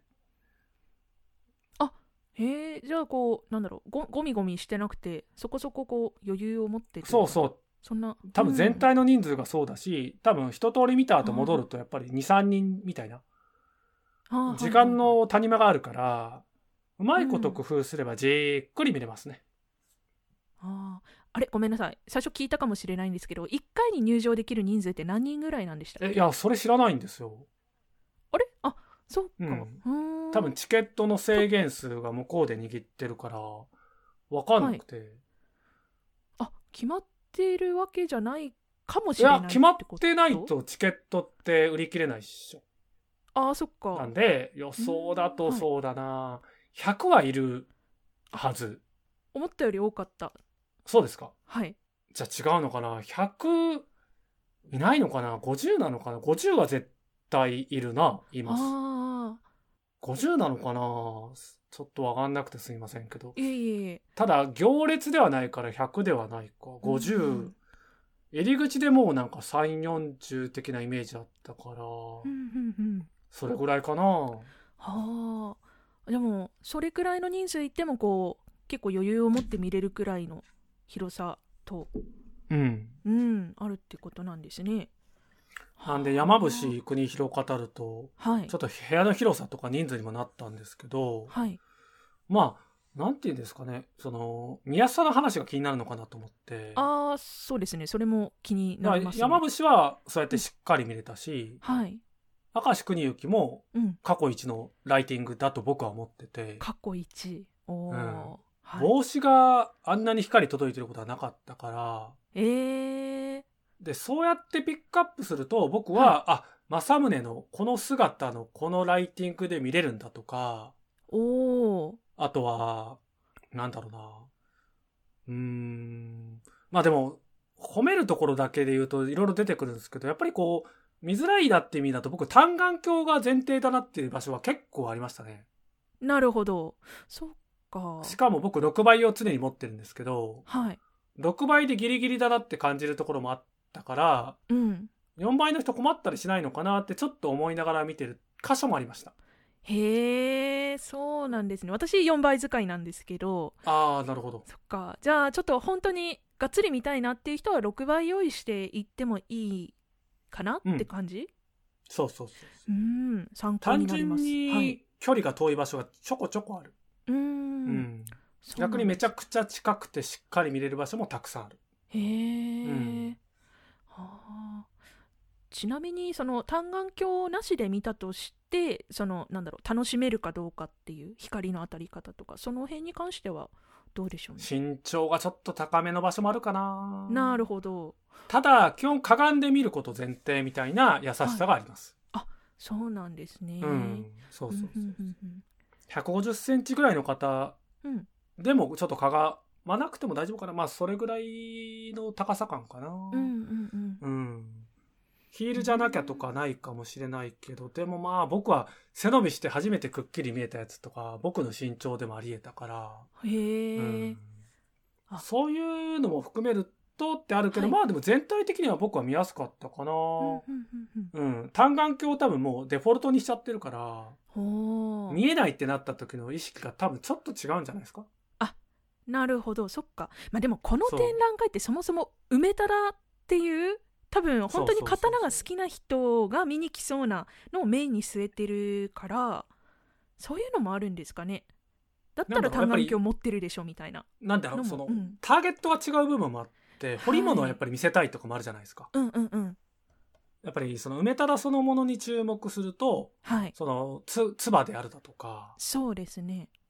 へえ、じゃあこうなんだろう、ごゴミゴミしてなくて、そこそここう余裕を持ってて、 そうそう。 そんな多分全うん体の人数がそうだし、多分一通り見た後戻るとやっぱりに、さんにんみたいな。 あー時間はいはいはいの谷間があるから、うまいこと工夫すればじっくり見れますね。 あーあれごめんなさい、最初聞いたかもしれないんですけど、いっかいに入場できる人数って何人ぐらいなんでしたっけ？ え、いや、それ知らないんですよ。 あれあ、そっか、 うんうーん多分チケットの制限数が向こうで握ってるから、わかんなくて。 あ、決まっているわけじゃないかもしいや、 れないって決まっことてないとチケットって売り切れないっしょ。 あーそっかなんで、予想だとそうだな、ひゃくはいるはず。 思ったより多かった。 そうですか。 はい。 じゃあ違うのかな ?ひゃく いないのかな ?ごじゅう なのかな ?ごじゅう は絶対いるな、います。 あごじゅうなのかなちょっとわかんなくてすいませんけど。 あ、いえいえいえ。 ただ、行列ではないからひゃくではないか。ごじゅう。 うん入り口でもうなんかさんじゅう、よんじゅう的なイメージあったから、 うんうんうんそれぐらいかな。 はあ。でもそれくらいの人数いてもこう結構余裕を持って見れるくらいの広さと、 うん。 うんあるってことなんですね。 なんで山伏国広を語ると、 はいちょっと部屋の広さとか人数にもなったんですけど、 はいまあ、なんていうんですかね、その、見やすさの話が気になるのかなと思って。 ああそうですね、それも気になりますね。 山伏はそうやってしっかり見れたし、 はい明石国行もうん過去一のライティングだと僕は思ってて、 過去一おー、 うんはい、 帽子があんなに光届いてることはなかったから、 えー、 で、そうやってピックアップすると僕は、あ、政宗のこの姿のこのライティングで見れるんだとか、 おーあとは、なんだろうな。うーん。まあでも、褒めるところだけで言うといろいろ出てくるんですけど、やっぱりこう、見づらいなって意味だと僕、単眼鏡が前提だなっていう場所は結構ありましたね。 なるほど、そっか。 しかも僕ろくばいを常に持ってるんですけど、 はいろくばいでギリギリだなって感じるところもあったから、 うんよんばいの人困ったりしないのかなってちょっと思いながら見てる箇所もありました。 へえ、そうなんですね。私よんばい使いなんですけど、 ああ、なるほど。 そっか。じゃあちょっと本当にがっつり見たいなっていう人はろくばい用意していってもいいかなって感じ？ そうそうそううーん、参考単になります。 純はいに距離が遠い場所がちょこちょこある。 うーんうんそうなんです逆にめちゃくちゃ近くてしっかり見れる場所もたくさんある。 へえ、 うんはあ。ちなみにその単眼鏡なしで見たとしてそのなんだろう楽しめるかどうかっていう光の当たり方とかその辺に関してはどうでしょうね。 身長がちょっと高めの場所もあるかな。 なるほど。 ただ基本かがんで見ること前提みたいな優しさがあります。 そうなんですね。 うん、そうそうそう。 うんうんひゃくごじゅっセンチぐらいの方うんうんでもちょっとかがまなくても大丈夫かな。まあそれぐらいの高さ感かな。 うんうんうんうん。ヒールじゃなきゃとかないかもしれないけど、でもまあ僕は背伸びして初めてくっきり見えたやつとか、僕の身長でもあり得たから、 へえ、 うんあそういうのも含めるとってあるけど、 はいまあでも全体的には僕は見やすかったかな。 うんうんうんうんうん。単眼鏡を多分もうデフォルトにしちゃってるから、 ほう見えないってなった時の意識が多分ちょっと違うんじゃないですか。 なるほど、そっか。まあでもこのそう展覧会ってそもそも梅太郎っていう多分本当にそうそうそうそう刀が好きな人が見に来そうなのをメインに据えてるからそういうのもあるんですかね。だったら単眼鏡持ってるでしょみたいな。 なんだろう、 のもその、 うんターゲットが違う部分もあって、彫り物をやっぱり見せたいとかもあるじゃないですか。 うんうんうんやっぱりその梅太郎そのものに注目すると、 はいそのつ、つばであるだとか、 そうですね。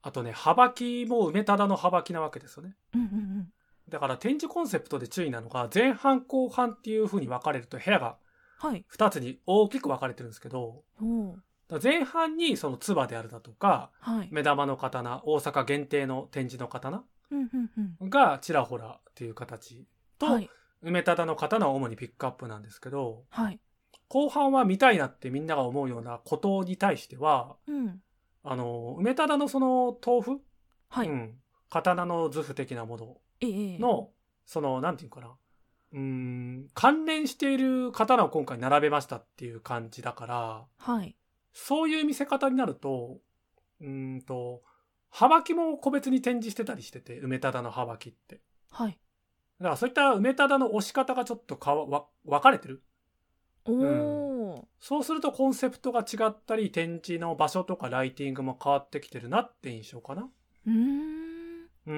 あとね、幅木も梅忠の幅木なわけですよね。 うんうんうん。 だから展示コンセプトで注意なのが、前半後半っていう風に分かれると部屋がふたつに大きく分かれてるんですけど、 おだから前半にその唾であるだとか、 はい。 目玉の刀、大阪限定の展示の刀うんうんうん。 がちらほらっていう形と、 はい。 梅忠の刀を主にピックアップなんですけど、 はい。 後半は見たいなってみんなが思うようなことに対しては、 うん。 あの、梅忠のその豆腐、 はい。 うん、刀の図譜的なものええ。 の、その、なんていうかな、うーん、関連している刀を今回並べましたっていう感じだから、 はい。 そういう見せ方になると、うーんと、幅木も個別に展示してたりしてて、梅忠の幅木って。 はい。 だからそういった梅忠の押し方がちょっとかわわ分かれてる。 おお、 うん。そうするとコンセプトが違ったり、展示の場所とかライティングも変わってきてるなって印象かな。 うーん。 うん。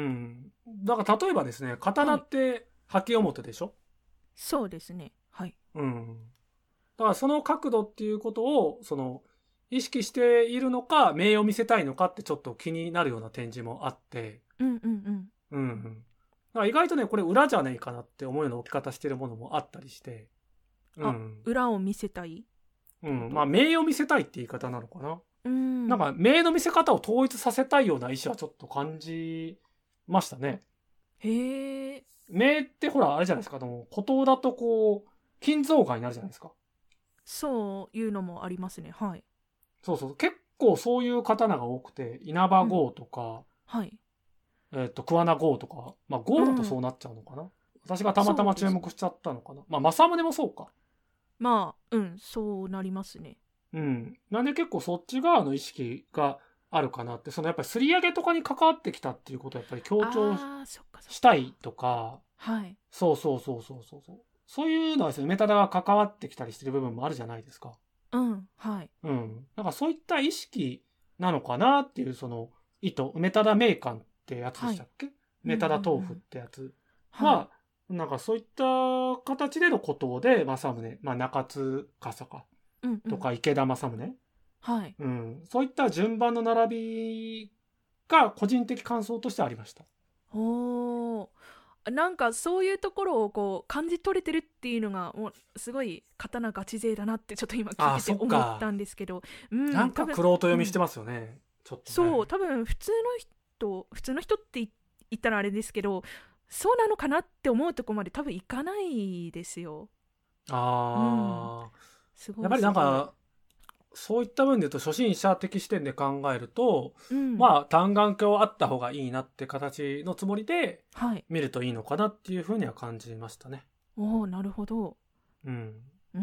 だから例えばですね、刀って履き表でしょ、 そうですね。はい。 うん。だからその角度っていうことを、その、意識しているのか、名を見せたいのかってちょっと気になるような展示もあって、 うんうんうん。 うんうん。だから意外とね、これ裏じゃねえかなって思うような置き方してるものもあったりして、うあ、 ん。 裏を見せたい。 うん。まあ、名を見せたいって言い方なのかな。 うん。 なんか、名の見せ方を統一させたいような意思はちょっと感じましたね。 へえ。 名ってほら、あれじゃないですか。でも、古刀だとこう、金象眼になるじゃないですか。 そういうのもありますね。はい。 そうそう。結構そういう刀が多くて、稲葉号とか、 はい。 えっと、桑名号とか、まあ、号だとそうなっちゃうのかな。私がたまたま注目しちゃったのかな。まあ、正宗もそうか。 まあ、うん、そうなりますね。 うん。なんで結構そっち側の意識があるかなって、そのやっぱりすり上げとかに関わってきたっていうことをやっぱり強調ああ、そっかそっか。 したいとか、 はい。 そうそうそうそうそうそう。そういうのはですね、梅忠が関わってきたりしてる部分もあるじゃないですか。 うん、はい。 うん。なんかそういった意識なのかなっていう、その意図、梅忠名鑑ってやつでしたっけ、梅忠豆腐ってやつは、 はなんかそういった形でのことで、政宗、まあ中津笠かい。うん、うん。 とか池田政宗、 はい。 うん、そういった順番の並びが個人的感想としてありました。 おー。なんかそういうところをこう感じ取れてるっていうのがもうすごい刀ガチ勢だなってちょっと今聞いてて思ったんですけど、うん、 なんか玄人読みしてますよね、うん、ちょっとね。 そう多分普通の人普通の人って言ったらあれですけど、そうなのかなって思うとこまで多分いかないですよ。 ああ、うん、 すごい。 やっぱりなんかそういった分で言うと初心者的視点で考えると、 うん、 まあ単眼鏡あった方がいいなって形のつもりで見るといいのかなっていうふうには感じましたね。 はい、おお、なるほど。 うん、 うん、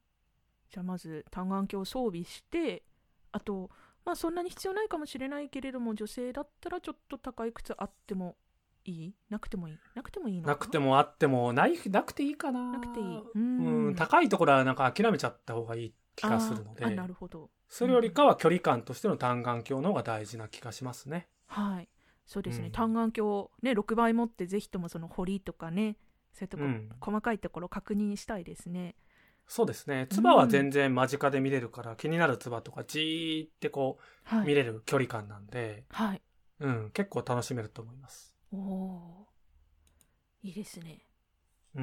じゃあまず単眼鏡を装備して、あとまあそんなに必要ないかもしれないけれども、女性だったらちょっと高い靴あってもいい？なくてもいい？なくてもいいのかな？ なくてもあってもないなくていいかな。 なくていい。 うん、うん、高いところはなんか諦めちゃった方がいい気がするので、 ああ、なるほど。 それよりかは距離感としての単眼鏡の方が大事な気がしますね。 はい、そうですね、うん、単眼鏡ねろくばい持ってぜひともその彫りとかね、そういうとこ、うん、細かいところ確認したいですね。 そうですね。唾は全然間近で見れるから、うん、気になる唾とかじーってこう、はい、見れる距離感なんで、 はい、 うん、結構楽しめると思います。 おお、いいですね。 うん、うん、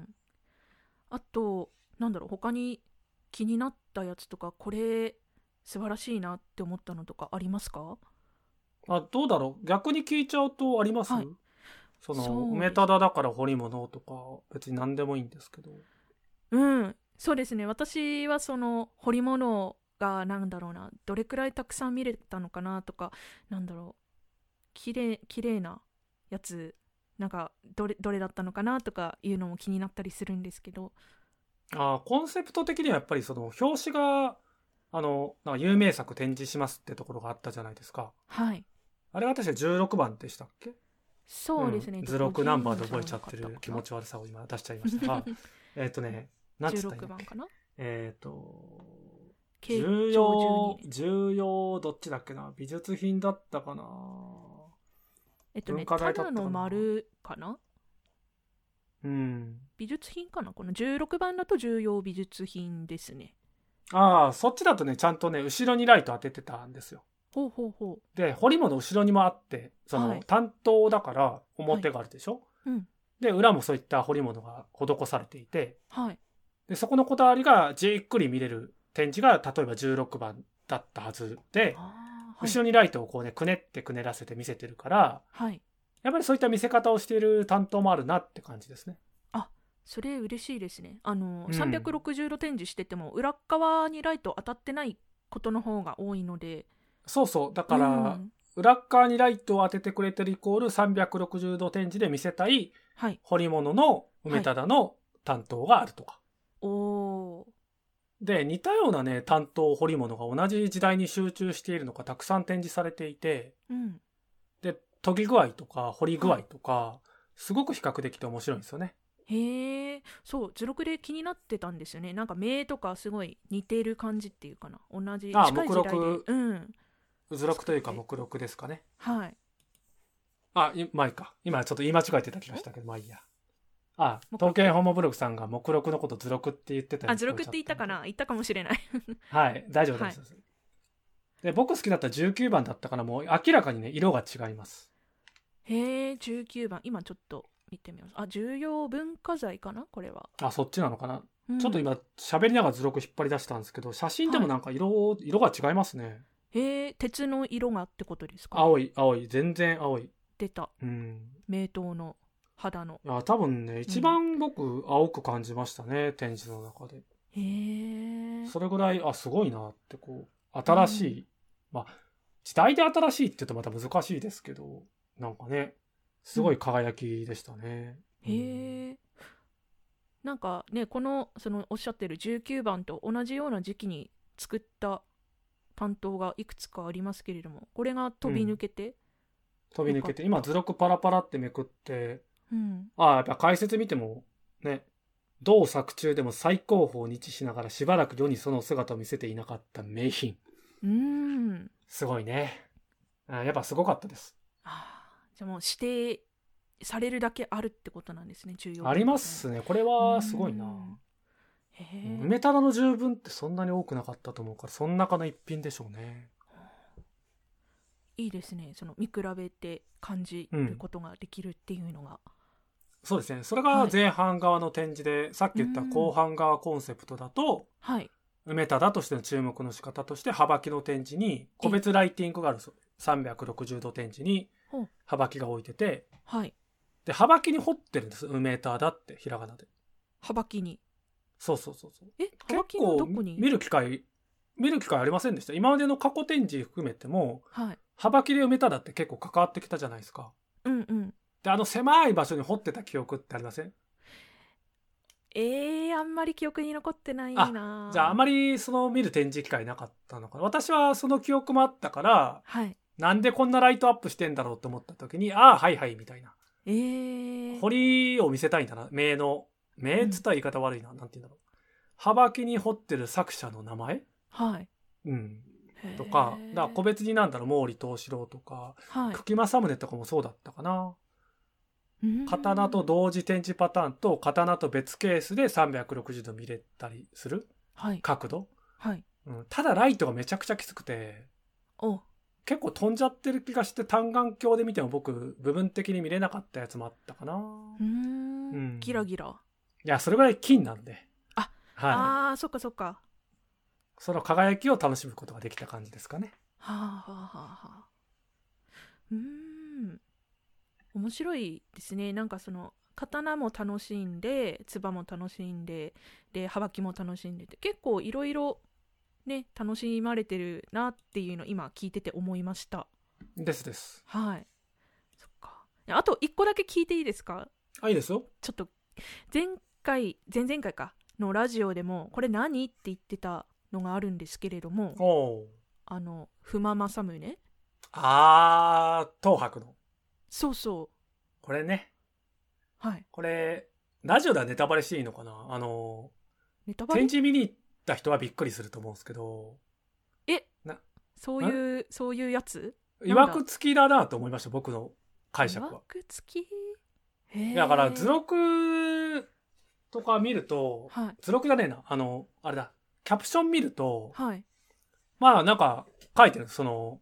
あとなんだろう、他に気になったやつとか、これ素晴らしいなって思ったのとかありますか？ あ、どうだろう、逆に聞いちゃうとあります、はい、その梅忠だから彫り物とか別に何でもいいんですけど。 うん、そうですね、私はその彫り物がなんだろうな、どれくらいたくさん見れたのかなとか、なんだろう、きれい、きれいなやつなんかどれ、どれだったのかなとかいうのも気になったりするんですけど。 あ、コンセプト的にはやっぱりその表紙があのなんか有名作展示しますってところがあったじゃないですか。 はい。 あれ私はじゅうろくばんでしたっけ？ そうですね、 うん、図録ナンバーで覚えちゃってる気持ち悪さを今出しちゃいましたがえっとね、何つったんだっけ？じゅうろくばんかな？えっ、ー、と重要重要どっちだっけな、美術品だったかな、 えっとねただの丸かな、 うん、 美術品かな、このじゅうろくばんだと重要美術品ですね。 ああ、そっちだとねちゃんとね後ろにライト当ててたんですよ。 ほうほうほう。 で、彫り物後ろにもあって、その、 はい担当だから表があるでしょ、 うん。 で、裏もそういった彫り物が施されていて、 はい。 で、そこのこだわりがじっくり見れる展示が、例えばじゅうろくばんだったはずで、 あーはい後ろにライトをこうね、くねってくねらせて見せてるから、 はい。 やっぱりそういった見せ方をしている担当もあるなって感じですね。 あ、それ嬉しいですね。あの、 うんさんびゃくろくじゅうど展示してても裏側にライト当たってないことの方が多いので。 そうそう。だから、 うん裏側にライトを当ててくれてるイコールさんびゃくろくじゅうど展示で見せたいはい。 彫り物の梅忠の担当があるとか。 おー。 で、似たようなね、担当彫り物が同じ時代に集中しているのがたくさん展示されていて、 うん。 で、研ぎ具合とか彫り具合とか、すごく比較できて面白いんですよね。 へえ、そう、図録で気になってたんですよね。なんか目とかすごい似てる感じっていうかな。同じ、 ああ近い時代で。 目録うん。 図録というか目録ですかね。 はい。 あ、いまあいいか。今ちょっと言い間違えてた気がしたけど、まあいいや。あ、 目録統計ホモブログさんが目録のこと図録って言ってたようあ、 に図録って言ったかな言ったかもしれない。 はい、大丈夫です。で、僕好きだったじゅうきゅうばんだったから、もう明らかにね、色が違います。 へえ、じゅうきゅうばん。今ちょっと見てみます。あ、重要文化財かなこれは。 あ、そっちなのかな。 うんちょっと今、喋りながら図録引っ張り出したんですけど、写真でもなんか色、色が違いますね。 へえ、鉄の色がってことですか？ 青い、青い、全然青い。 出た。 うん。 名刀の肌の。 いや、多分ね、一番僕、青く感じましたね、展示の中で。 へえ。 それぐらい、あ、すごいなって、こう、新しい、まあ、時代で新しいって言うとまた難しいですけど、なんかね、すごい輝きでしたね。うんへえ。なんかね、この、そのおっしゃってるじゅうきゅうばんと同じような時期に作った担当がいくつかありますけれども、これが飛び抜けて、 飛び抜けて、今図録パラパラってめくって、 うん。 ああ、やっぱ解説見ても、ね、同作中でも最高峰を日しながらしばらく世にその姿を見せていなかった名品。 うーん。 すごいね。あやっぱすごかったです。 あーじゃあもう指定されるだけあるってことなんですね、重要文化財ありますね。これはすごいな。 うんへえ。 梅忠の十分ってそんなに多くなかったと思うから、その中の一品でしょうね。 いいですね、その見比べて感じることができるっていうのが。 そうですね。それが前半側の展示で、さっき言った後半側コンセプトだと、 はい。 梅忠としての注目の仕方として、幅木の展示に個別ライティングがあるんですよ。さんびゃくろくじゅうど展示にほう幅木が置いてて、 はい。 で、幅木に彫ってるんです。梅忠ってひらがなで。 幅木に。 そうそうそうそう。 え、 結幅木のど構こに？ 見る機会、見る機会ありませんでした。今までの過去展示含めても、 はい。 幅木で埋めただって結構関わってきたじゃないですか。 うんうん。 で、あの狭い場所に掘ってた記憶ってありません？ えー、あんまり記憶に残ってないな。 じゃああまりその見る展示機会なかったのかな。私はその記憶もあったから、 はい。 なんでこんなライトアップしてんだろうと思った時に、ああ、はいはいみたいな。 えー。 彫りを見せたいんだな。名の。名っつったら言い方悪いな。なんて言うんだろう。幅木に彫ってる作者の名前はい。 うん。 へーとか、だから個別になんだろう、毛利藤四郎とか、 はい。 久木正宗とかもそうだったかな。 うーん刀と同時展示パターンと刀と別ケースでさんびゃくろくじゅうど見れたりするはい。 角度、 はい。 うん、ただライトがめちゃくちゃきつくてお、 結構飛んじゃってる気がして、単眼鏡で見ても僕部分的に見れなかったやつもあったかな。 うーんうんギラギラ。 いやそれぐらい金なんで、 あ、 はい、 あー、そっかそっか。 その輝きを楽しむことができた感じですかね。 はあはあはあはあ。うーん。面白いですね。なんかその刀も楽しんで、鐔も楽しんで、で幅木も楽しんでて、結構いろいろね楽しまれてるなっていうのを今聞いてて思いました。 ですです。 はい。そっか。あと一個だけ聞いていいですか？ あ、いいですよ。 ちょっと前回前々回かのラジオでもこれ何って言ってたのがあるんですけれども、 おーあの不破正宗。 あー東博のそうそこれね。 う。はい。 これラジオではネタバレしていいのかな。あのネタバレ？ 展示見に行った人はびっくりすると思うんですけど、 えなそういうそういうやつ？ いわくつきだなと思いました、僕の解釈いわは。 くつき？へーだから図録とか見ると、 はい図録じゃねえな、あのあれだ、キャプション見ると、 はいまあなんか書いてる、その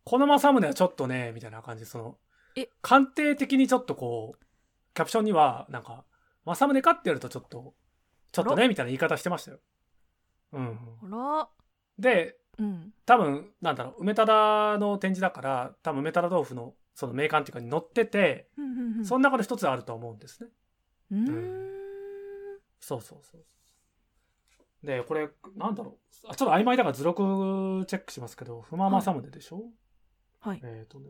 この政宗はちょっとねみたいな感じで、そのえ鑑定的にちょっとこうキャプションにはなんか政宗かってやるとちょっとちょっとねみたいな言い方してましたよ。うん。 あら。 で、 うん、 多分なんだろう、梅忠の展示だから多分梅忠豆腐のその名鑑っていうかに載ってて、 うんうんうん、 その中の一つあると思うんですね。 うーん、うん、 そうそうそうで、これなんだろう、あちょっと曖昧だから図録チェックしますけど、不満政宗でしょ。 はい。 えっ、ー、とね、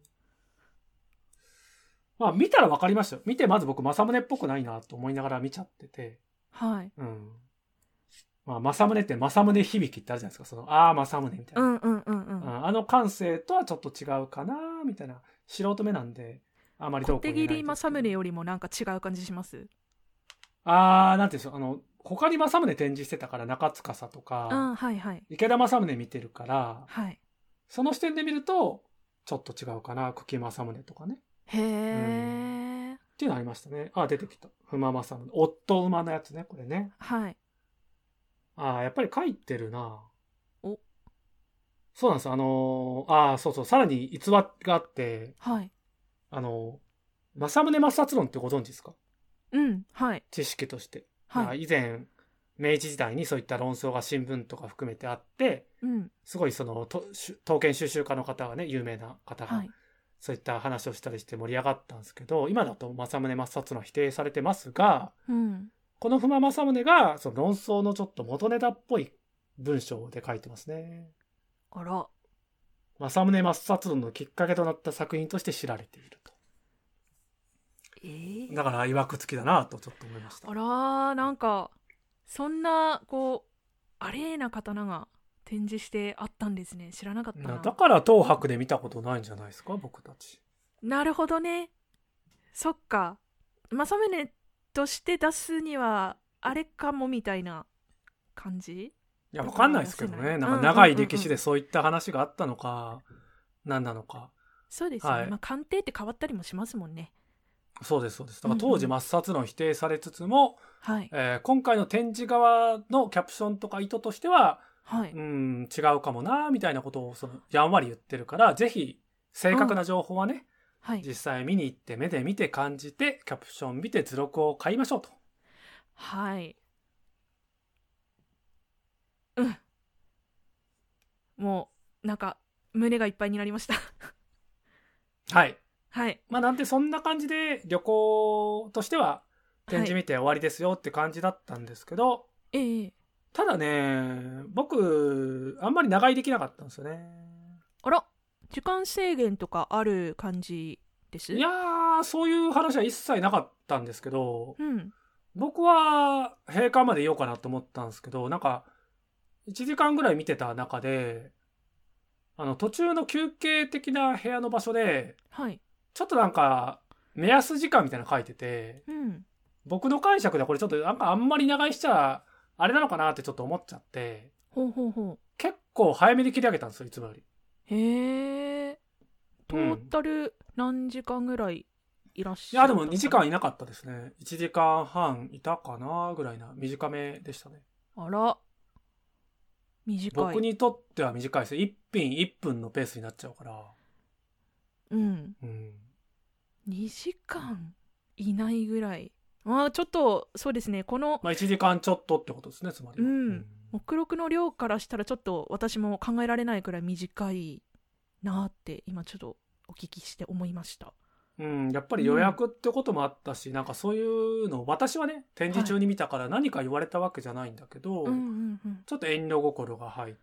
まあ見たら分かりましたよ。見てまず僕政宗っぽくないなと思いながら見ちゃってて、 はい。 うん。まあ政宗って政宗響きってあるじゃないですか。そのああ政宗みたいな、 うんうんうんうん。 あの感性とはちょっと違うかなみたいな、素人目なんであまりどうこう言えない。 小手切政宗よりもなんか違う感じします。 ああ、なんていうんでしょう、あの他に政宗展示してたから中司とか、 あ、はいはい、 池田政宗見てるから、 はい、 その視点で見るとちょっと違うかな、久喜政宗とかね。 へえ、 っていうのありましたね。あ、出てきた。不満政宗。夫馬のやつね、これね。 はい。 あ、やっぱり書いてるな。 お、 そうなんです。あのー、あ、そうそう。さらに逸話があって、 はい。 あのー、政宗抹殺論ってご存知ですか？ うん、はい。 知識として。 はい。 以前、明治時代にそういった論争が新聞とか含めてあって、 うん、 すごいその、と刀剣収集家の方がね、有名な方が、はい、そういった話をしたりして盛り上がったんですけど、今だと政宗抹殺論は否定されてますが、 うん、 この不満政宗がその論争のちょっと元ネタっぽい文章で書いてますね。 あら。 政宗抹殺論のきっかけとなった作品として知られていると。 えー、 だから曰くつきだなとちょっと思いました。 あら、なんかそんなこうアレーな刀が展示してあったんですね。知らなかったな。 だから東博で見たことないんじゃないですか、僕たち。 なるほどね。そっか。政宗として出すにはあれかもみたいな感じ。 いや、わかんないですけどね。なんか長い歴史でそういった話があったのか、何なのか。 そうですよね。はい、まあ鑑定って変わったりもしますもんね。 そうですそうです。だから当時抹殺論否定されつつも、 うんうん、 えー、今回の展示側のキャプションとか意図としては、はい、うん違うかもなみたいなことをそのやんわり言ってるから、ぜひ正確な情報はね、うんはい、実際見に行って目で見て感じてキャプション見て図録を買いましょうと。 はい。うん。もうなんか胸がいっぱいになりました。 はい。 はい。 まあなんてそんな感じで旅行としては展示見て終わりですよって感じだったんですけど、はい、 ええ、 ただね、僕あんまり長居できなかったんですよね。 あら、時間制限とかある感じです？ いやー、そういう話は一切なかったんですけど、 うん、 僕は閉館までいようかなと思ったんですけど、なんかいちじかんぐらい見てた中で、あの途中の休憩的な部屋の場所で、 はい、 ちょっとなんか目安時間みたいなの書いてて、 うん、 僕の解釈でこれちょっとなんかあんまり長居しちゃあれなのかなってちょっと思っちゃって、 ほうほうほう、 結構早めに切り上げたんですよ、いつもより。 へえ。トータル何時間ぐらいいらっしゃる、 うん、いやでもにじかんいなかったですね。いちじかんはんいたかなぐらいな短めでしたね。 あら、短い。 僕にとっては短いです。いっぴんいっぷんのペースになっちゃうから。 うん、うん、にじかんいないぐらい。ああ、ちょっとそうですね、この、 まあ、いちじかんちょっとってことですね、つまりは。 うん、目録の量からしたらちょっと私も考えられないくらい短いなって今ちょっとお聞きして思いました。 うん、やっぱり予約ってこともあったし、うん、なんかそういうのを私はね展示中に見たから何か言われたわけじゃないんだけど、はい、うんうんうん、ちょっと遠慮心が入って、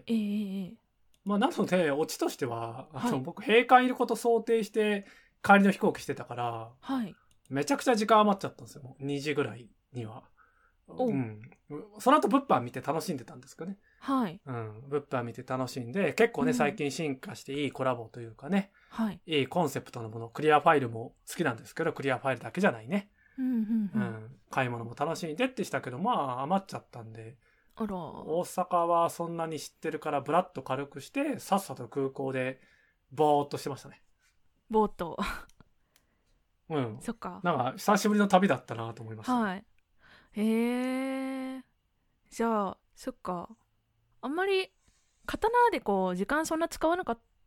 えー、 まあなのでオチとしてはあの、はい、僕閉館いること想定して帰りの飛行機してたから、はい、めちゃくちゃ時間余っちゃったんですよ。にじぐらいには。うん、その後物販見て楽しんでたんですかね。 はい、 うん、物販見て楽しんで結構ね、うん、最近進化していいコラボというかね、はい、いいコンセプトのもの、クリアファイルも好きなんですけど、クリアファイルだけじゃないね、うんうんうんうん、買い物も楽しんでってしたけど、まあ余っちゃったんで、あら、大阪はそんなに知ってるからブラッと軽くしてさっさと空港でボーっとしてましたね。 ボーっとうん、 そっか、 なんか久しぶりの旅だったなと思いました、ね。 はい、へえ。じゃあそっか、あんまり刀でこう時間そんな使わなかっ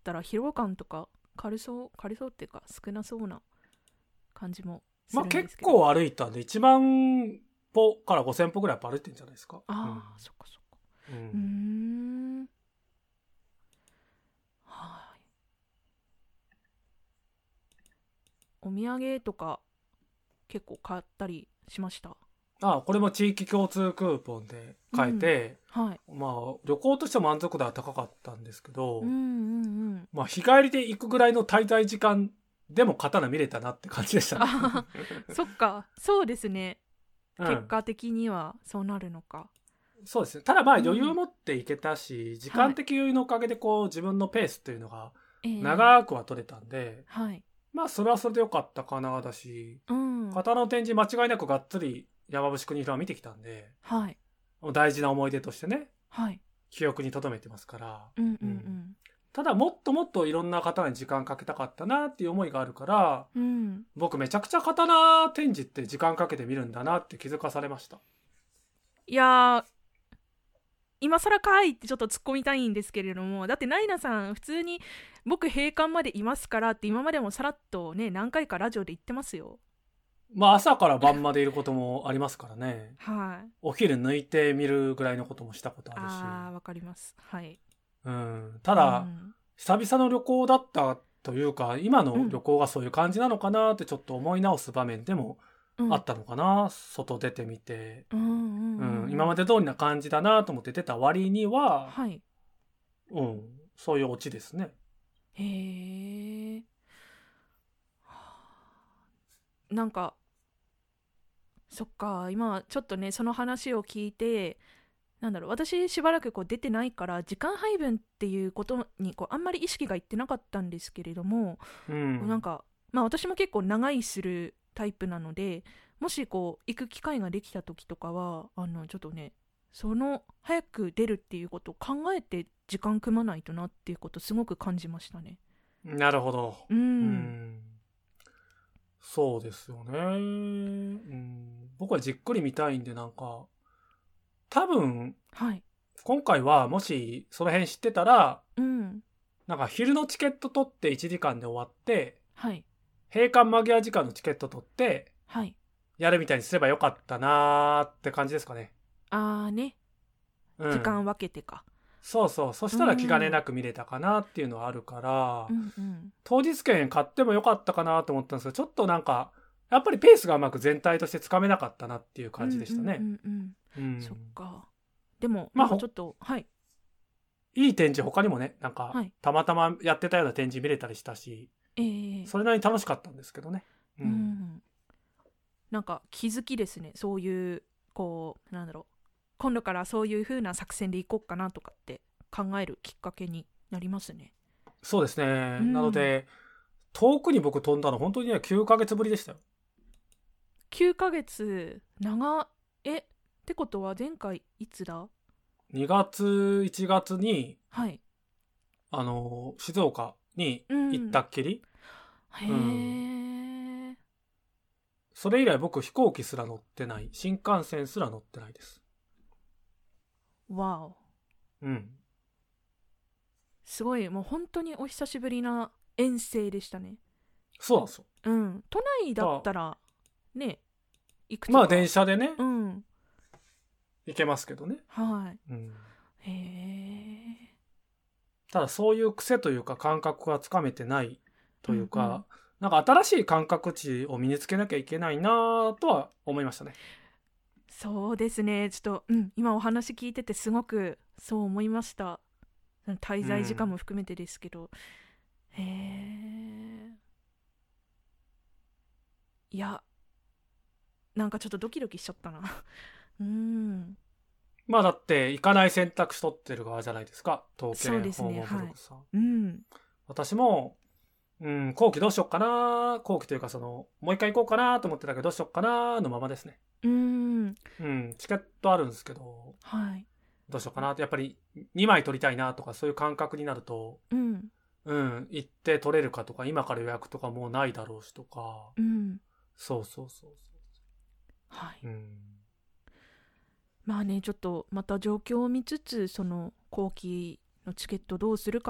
ったら疲労感とか軽そう軽そうっていうか少なそうな感じもするまあんですけど、 結構歩いたんでいちまん歩からごせん歩ぐらいやっぱ歩いてるんじゃないですか。 ああ、 うん、 そっかそっか、 ううーんん、はい。お土産とか結構買ったりしました？ ああ、これも地域共通クーポンで買えて、 うん、はい。 まあ旅行としては満足度は高かったんですけど、 うんうんうん。 まあ日帰りで行くぐらいの滞在時間でも刀見れたなって感じでしたね。 あそっか、そうですね、 うん、 結果的にはそうなるのか。 そうですね。ただまあうん余裕を持って行けたし、時はい間的余裕のおかげでこう自分のペースっていうのがえー長くは取れたんで、 はい。 まあそれはそれでよかったかなだし、 うん刀の展示間違いなくがっつり山伏国広は見てきたんで、 はい大事な思い出としてね、 はい。 記憶に留めてますから、 うんうんううんんただもっともっといろんな刀に時間かけたかったなっていう思いがあるから、 うん僕めちゃくちゃ刀展示って時間かけて見るんだなって気づかされました。 いやー、今更かいってちょっと突っ込みたいんですけれども、だってナイナさん普通に僕閉館までいますからって今までもさらっとね何回かラジオで言ってますよ。 まあ朝から晩までいることもありますからね。 はい。 お昼抜いて見るぐらいのこともしたことあるし。 あーわかります。はい。 うん、ただ、 うん久々の旅行だったというか、今の旅行がそういう感じなのかなってちょっと思い直す場面でもうんあったのかな。外出てみて、 うんうんううんん、今まで通りな感じだなと思って出た割には、 はいうん、そういうオチですね。 へえ。なんかそっか、今ちょっとねその話を聞いて、なんだろう、私しばらくこう出てないから時間配分っていうことにこうあんまり意識がいってなかったんですけれども、 うん、 なんかまあ私も結構長居するタイプなので、もしこう行く機会ができた時とかはあのちょっとね、その早く出るっていうことを考えて時間組まないとなっていうことすごく感じましたね。 なるほど。 うん、 うんそうですよね、うん。僕はじっくり見たいんで、なんか、多分、 はい。 今回はもしその辺知ってたら、 うん。 なんか昼のチケット取っていちじかんで終わって、 はい。 閉館間際時間のチケット取って、 はい。 やるみたいにすればよかったなーって感じですかね。 あーね、 うん、 時間分けてか。 そうそう。そしたら気兼ねなく見れたかなっていうのはあるから、 うんうん、 当日券買ってもよかったかなと思ったんですけど、ちょっとなんか、やっぱりペースがうまく全体としてつかめなかったなっていう感じでしたね。 うんうんうんうんうん、 そっか。でも、 まあなんかちょっと、はい。 いい展示他にもね、なんか、 はい、 たまたまやってたような展示見れたりしたし、 えー、 それなりに楽しかったんですけどね。うん。 うん、なんか気づきですね。そういう、こう、なんだろう。今度からそういう風な作戦でいこうかなとかって考えるきっかけになりますね。 そうですね。 うん、 なので、遠くに僕飛んだの本当にね、きゅうかげつぶりでしたよ。 きゅうかげつ、長、え、ってことは前回いつだ？ にがつ、いちがつに、 はい。 あの、静岡に行ったっきり。 うん、へー、うん。 それ以来僕飛行機すら乗ってない。新幹線すら乗ってないです。 わお。 うん。 すごい、もう本当にお久しぶりな遠征でしたね。 そうなんですよ。 うん。都内だったら、ね、行くとか。 まあ電車でね、 うん。 行けますけどね。 はい。 うん。 へえ。 ただそういう癖というか感覚がつかめてないというか、 うんうん、 なんか新しい感覚値を身につけなきゃいけないなとは思いましたね。 そうですね。ちょっと、うん、今お話聞いててすごくそう思いました。滞在時間も含めてですけど。うん、へえ。いや、なんかちょっとドキドキしちゃったな。うん。 まあだって行かない選択肢取ってる側じゃないですか。東京そうですね。 訪問ブログさん、 はい、うん。 私も、うん、後期どうしよっかな、後期というかそのもう一回行こうかなと思ってたけどどうしよっかなのままですね。 うん。 うん、チケットあるんですけど、 はい。 どうしようかなってやっぱりにまい取りたいなとかそういう感覚になると、 うん、 うん、行って取れるかとか今から予約とかもうないだろうしとか、 うん、 そうそうそうそう、 はい、 うん、 まあね、ちょっとまた状況を見つつその後期のチケットどうするかっ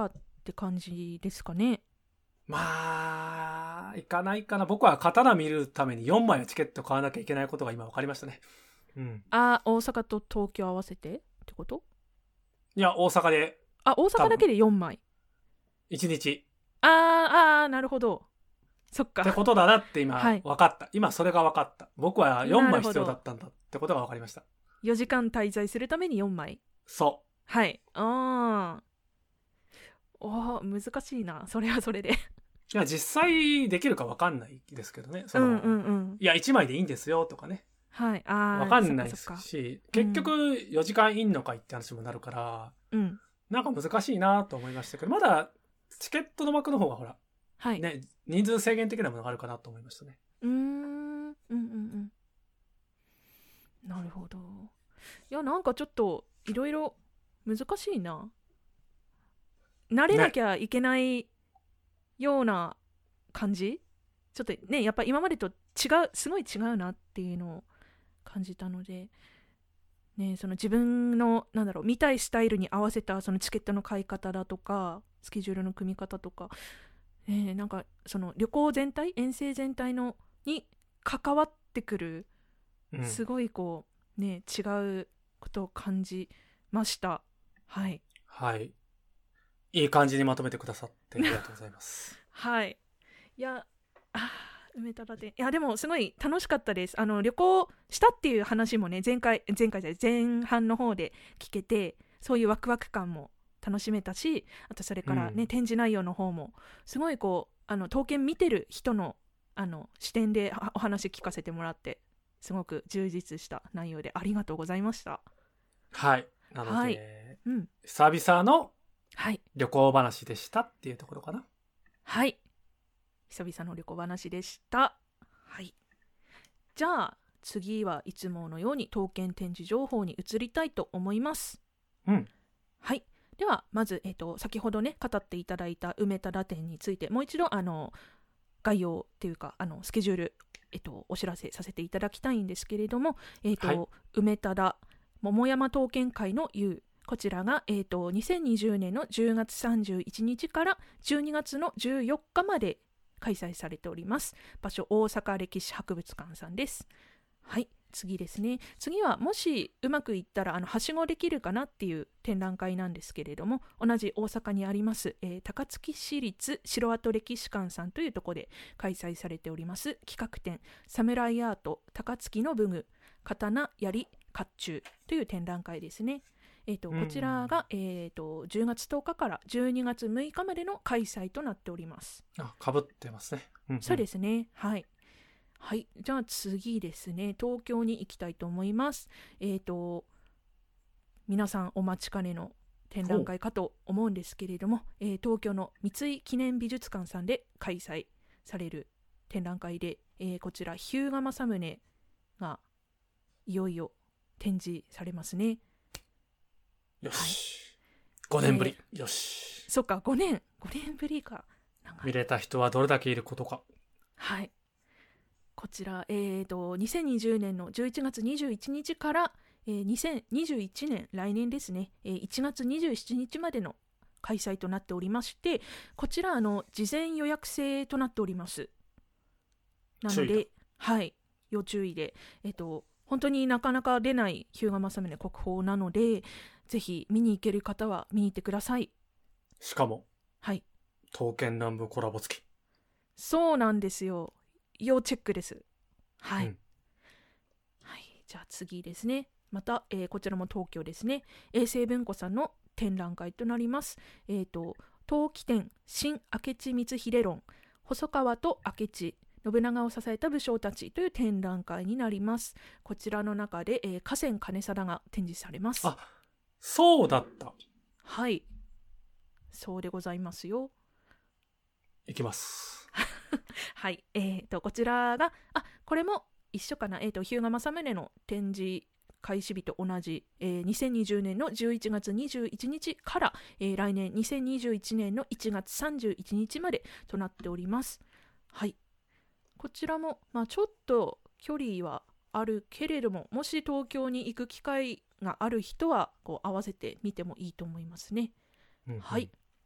って感じですかね。 まあ行かないかな。僕は刀見るためによんまいのチケット買わなきゃいけないことが今分かりましたね。うん、 あ、大阪と東京合わせてってこと？ いや大阪で。 あ、大阪だけでよんまい。 いちにち。 あーあーなるほど。そっか。 ってことだなって今はい分かった。今それが分かった。僕はよんまい必要だったんだってことが分かりました。 よじかん滞在するためによんまい。 そう。 はい。ああ。おー難しいな。それはそれで。 いや実際できるか分かんないですけどね。その、 うんうんうん。 いやいちまいでいいんですよとかね。 はい。ああ。 分かんないですそっかそっか。 し、結局よじかんいんのかいって話もなるから、 うん。 なんか難しいなと思いましたけど、まだチケットの枠の方がほら、 はい。 ね、人数制限的なものがあるかなと思いましたね。 うーん。うんうんうん。なるほど。いや、なんかちょっといろいろ難しいな。慣れなきゃいけないような感じ、ね、ちょっとね、やっぱ今までと違う、すごい違うなっていうのを感じたので、ね、その自分のなんだろう見たいスタイルに合わせたそのチケットの買い方だとかスケジュールの組み方とか、ね、なんかその旅行全体遠征全体のに関わってくる、うん、すごいこうね違うことを感じました。はいはい、いい感じにまとめてくださってありがとうございますはい、いやあ梅田店、いやでもすごい楽しかったです。あの旅行したっていう話もね前回前回じゃない前半の方で聞けて、そういうワクワク感も楽しめたし、あとそれからね、うん、展示内容の方もすごいこうあの刀剣見てる人のあの視点でお話聞かせてもらってすごく充実した内容でありがとうございました。 はい、なので、はいうん、久々の旅行話でしたっていうところかな。 はい、久々の旅行話でした。はい。じゃあ次はいつものように刀剣展示情報に移りたいと思います。 うん。 はい。ではまず、えーと、先ほどね語っていただいた梅田店についてもう一度あの概要っていうかあのスケジュール、えーと、お知らせさせていただきたいんですけれども、えーとはい、梅田桃山刀剣会の U、こちらが、えーと、にせんにじゅうねんのじゅうがつさんじゅういちにちからじゅうにがつのじゅうよっかまで開催されております。場所大阪歴史博物館さんです。はい、次ですね。次はもしうまくいったらあのはしごできるかなっていう展覧会なんですけれども、同じ大阪にあります、えー、高槻市立城跡歴史館さんというところで開催されております企画展サムライアート高槻の武具刀槍甲冑という展覧会ですね。えーと、こちらが、えーと、じゅうがつとおかからじゅうにがつむいかまでの開催となっております。 あ、かぶってますね、うんうん、 そうですね。はい、はい、じゃあ次ですね、東京に行きたいと思います。えーと皆さんお待ちかねの展覧会かと思うんですけれども、えー、東京の三井記念美術館さんで開催される展覧会で、えー、こちら日向正宗がいよいよ展示されますね。 よし、はい、ごねんぶり、えー、よし、 そっかごねんごねんぶりか。 見れた人はどれだけいることか。 はい、こちら、えー、とにせんにじゅうねんのじゅういちがつにじゅういちにちから、えー、にせんにじゅういちねん来年ですね、えー、いちがつにじゅうしちにちまでの開催となっておりまして、こちらあの事前予約制となっております。なので、はい、要注意で、えー、と本当になかなか出ない日向正宗国宝なので、ぜひ見に行ける方は見に行ってください。 しかも、 はい、 刀剣乱舞コラボ付き。 そうなんですよ。要チェックです。はい、うんはい、じゃあ次ですね。また、えー、こちらも東京ですね。永世文庫さんの展覧会となります。えーと、陶器展新明智光秀論細川と明智信長を支えた武将たちという展覧会になります。こちらの中で、えー、河川兼定が展示されます。 あ、そうだった。 はい、そうでございますよ。 いきますはい、えーとこちらがあこれも一緒かな、えーと日向正宗の展示開始日と同じ、えー、にせんにじゅうねんのじゅういちがつにじゅういちにちから、えー、来年にせんにじゅういちねんのいちがつさんじゅういちにちまでとなっております。はい、こちらも、まあ、ちょっと距離はあるけれども、もし東京に行く機会がある人はこう合わせて見てもいいと思いますね。 うんうん、 はい、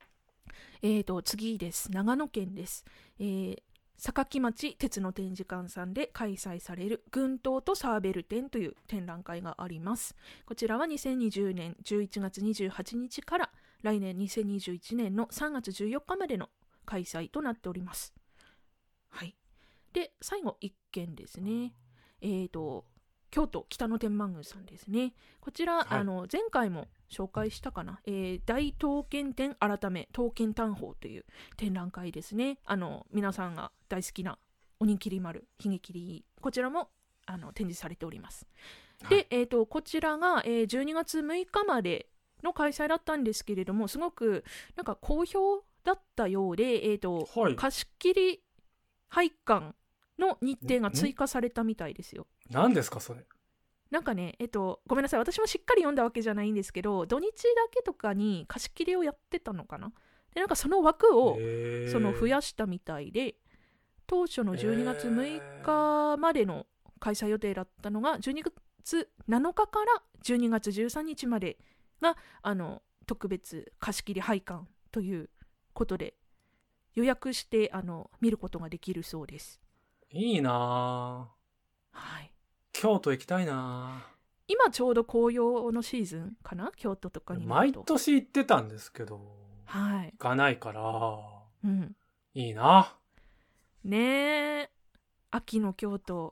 えーと次です。長野県です。えー坂町鉄の展示館さんで開催される群島とサーベル展という展覧会があります。こちらはにせんにじゅうねんじゅういちがつにじゅうはちにちから来年にせんにじゅういちねんのさんがつじゅうよっかまでの開催となっております。はい。で、最後いっけんですね。えーと京都北野天満宮さんですね。こちら、はい、あの前回も紹介したかな、えー、大刀剣展改め刀剣探訪という展覧会ですね。あの皆さんが大好きな鬼切丸、ひげ切り、こちらもあの展示されております。はい、で、えーと、こちらが、えー、じゅうにがつむいかまでの開催だったんですけれども、すごくなんか好評だったようで、えーとはい、貸し切り拝観の日程が追加されたみたいですよ。 何ですかそれ。 なんかね、えっと、ごめんなさい、私もしっかり読んだわけじゃないんですけど、土日だけとかに貸し切りをやってたのかな。で、なんかその枠をその増やしたみたいで、当初のじゅうにがつむいかまでの開催予定だったのが、じゅうにがつなのかからじゅうにがつじゅうさんにちまでがあの特別貸し切り拝観ということで、予約してあの見ることができるそうです。 いいなぁ。はい。京都行きたいな。 今ちょうど紅葉のシーズンかな、京都とかに。 毎年行ってたんですけど、 はい、 行かないから、 うん、 いいなねえ。秋の京都、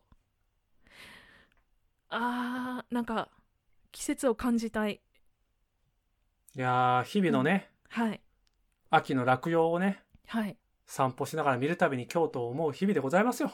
あー、なんか季節を感じたい。 いやー、日々のね、 うん、はい、 秋の落葉をね、 はい、 散歩しながら見るたびに京都を思う日々でございますよ。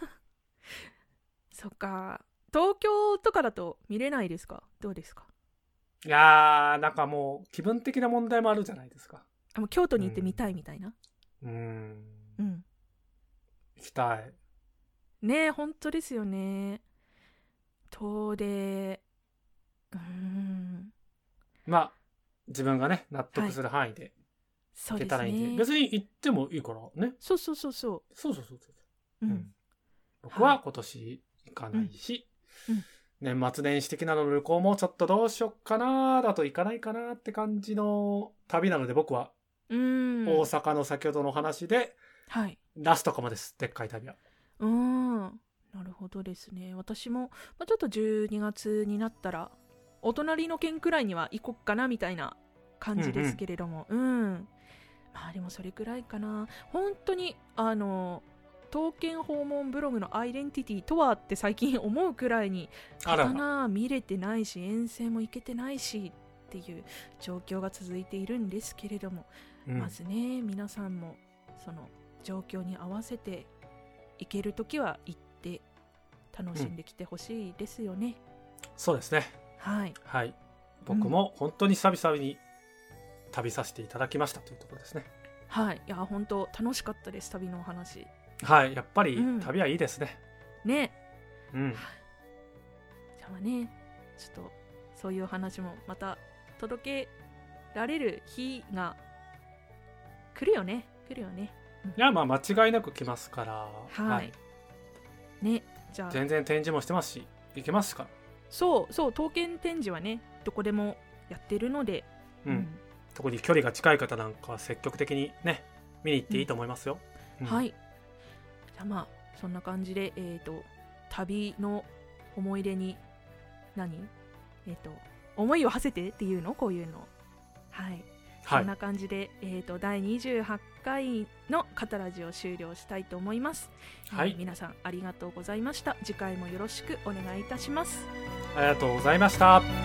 そっか。東京とかだと見れないですか？どうですか？ いやー、なんかもう気分的な問題もあるじゃないですか。 あ、もう京都に行ってみたいみたいな。 うーん。 うん。 行きたい。 ねえ、本当ですよね。遠出。うーん。 まあ自分がね納得する範囲で行けたらいいんで、はい、別に行ってもいいからね。 そうそうそうそう。 そうそうそうそう。 うん。うん、 僕は今年行かないし。はいうん、年末年始的なの旅行もちょっとどうしよっかなだと行かないかなって感じの旅なので、僕はうーん大阪の先ほどの話で、 はい、 ラストかもです。でっかい旅は。 うーん、なるほどですね。私も、まあ、ちょっとじゅうにがつになったらお隣の県くらいには行こっかなみたいな感じですけれども、うん、うん、まあでもそれくらいかな。本当にあの刀剣訪問ブログのアイデンティティとはって最近思うくらいに刀見れてないし、遠征も行けてないしっていう状況が続いているんですけれども、うん、まずね、皆さんもその状況に合わせて行けるときは行って楽しんできてほしいですよね、うん、 そうですね。 はい、 はい、僕も本当に久々に旅させていただきましたというところですね。 はい、いや本当楽しかったです。旅のお話、 はい、やっぱり旅はいいですね、 うん、ね、 うん、 じゃあね、ちょっとそういう話もまた届けられる日が来るよね来るよね、 うん、いやまあ間違いなく来ますから、 はい、はい、ね、じゃあ全然展示もしてますし行けますから。 そうそう、刀剣展示はねどこでもやってるので、 うん、うん、特に距離が近い方なんか積極的にね見に行っていいと思いますよ、 うんうん、はい。じゃあまあそんな感じで、えーと旅の思い出に何えっ、ー、と思いを馳せてっていうの、こういうの、はい、はい、そんな感じで、えーとだいにじゅうはちかいのカタラジを終了したいと思います、はい、えー、皆さんありがとうございました。次回もよろしくお願いいたします。 ありがとうございました。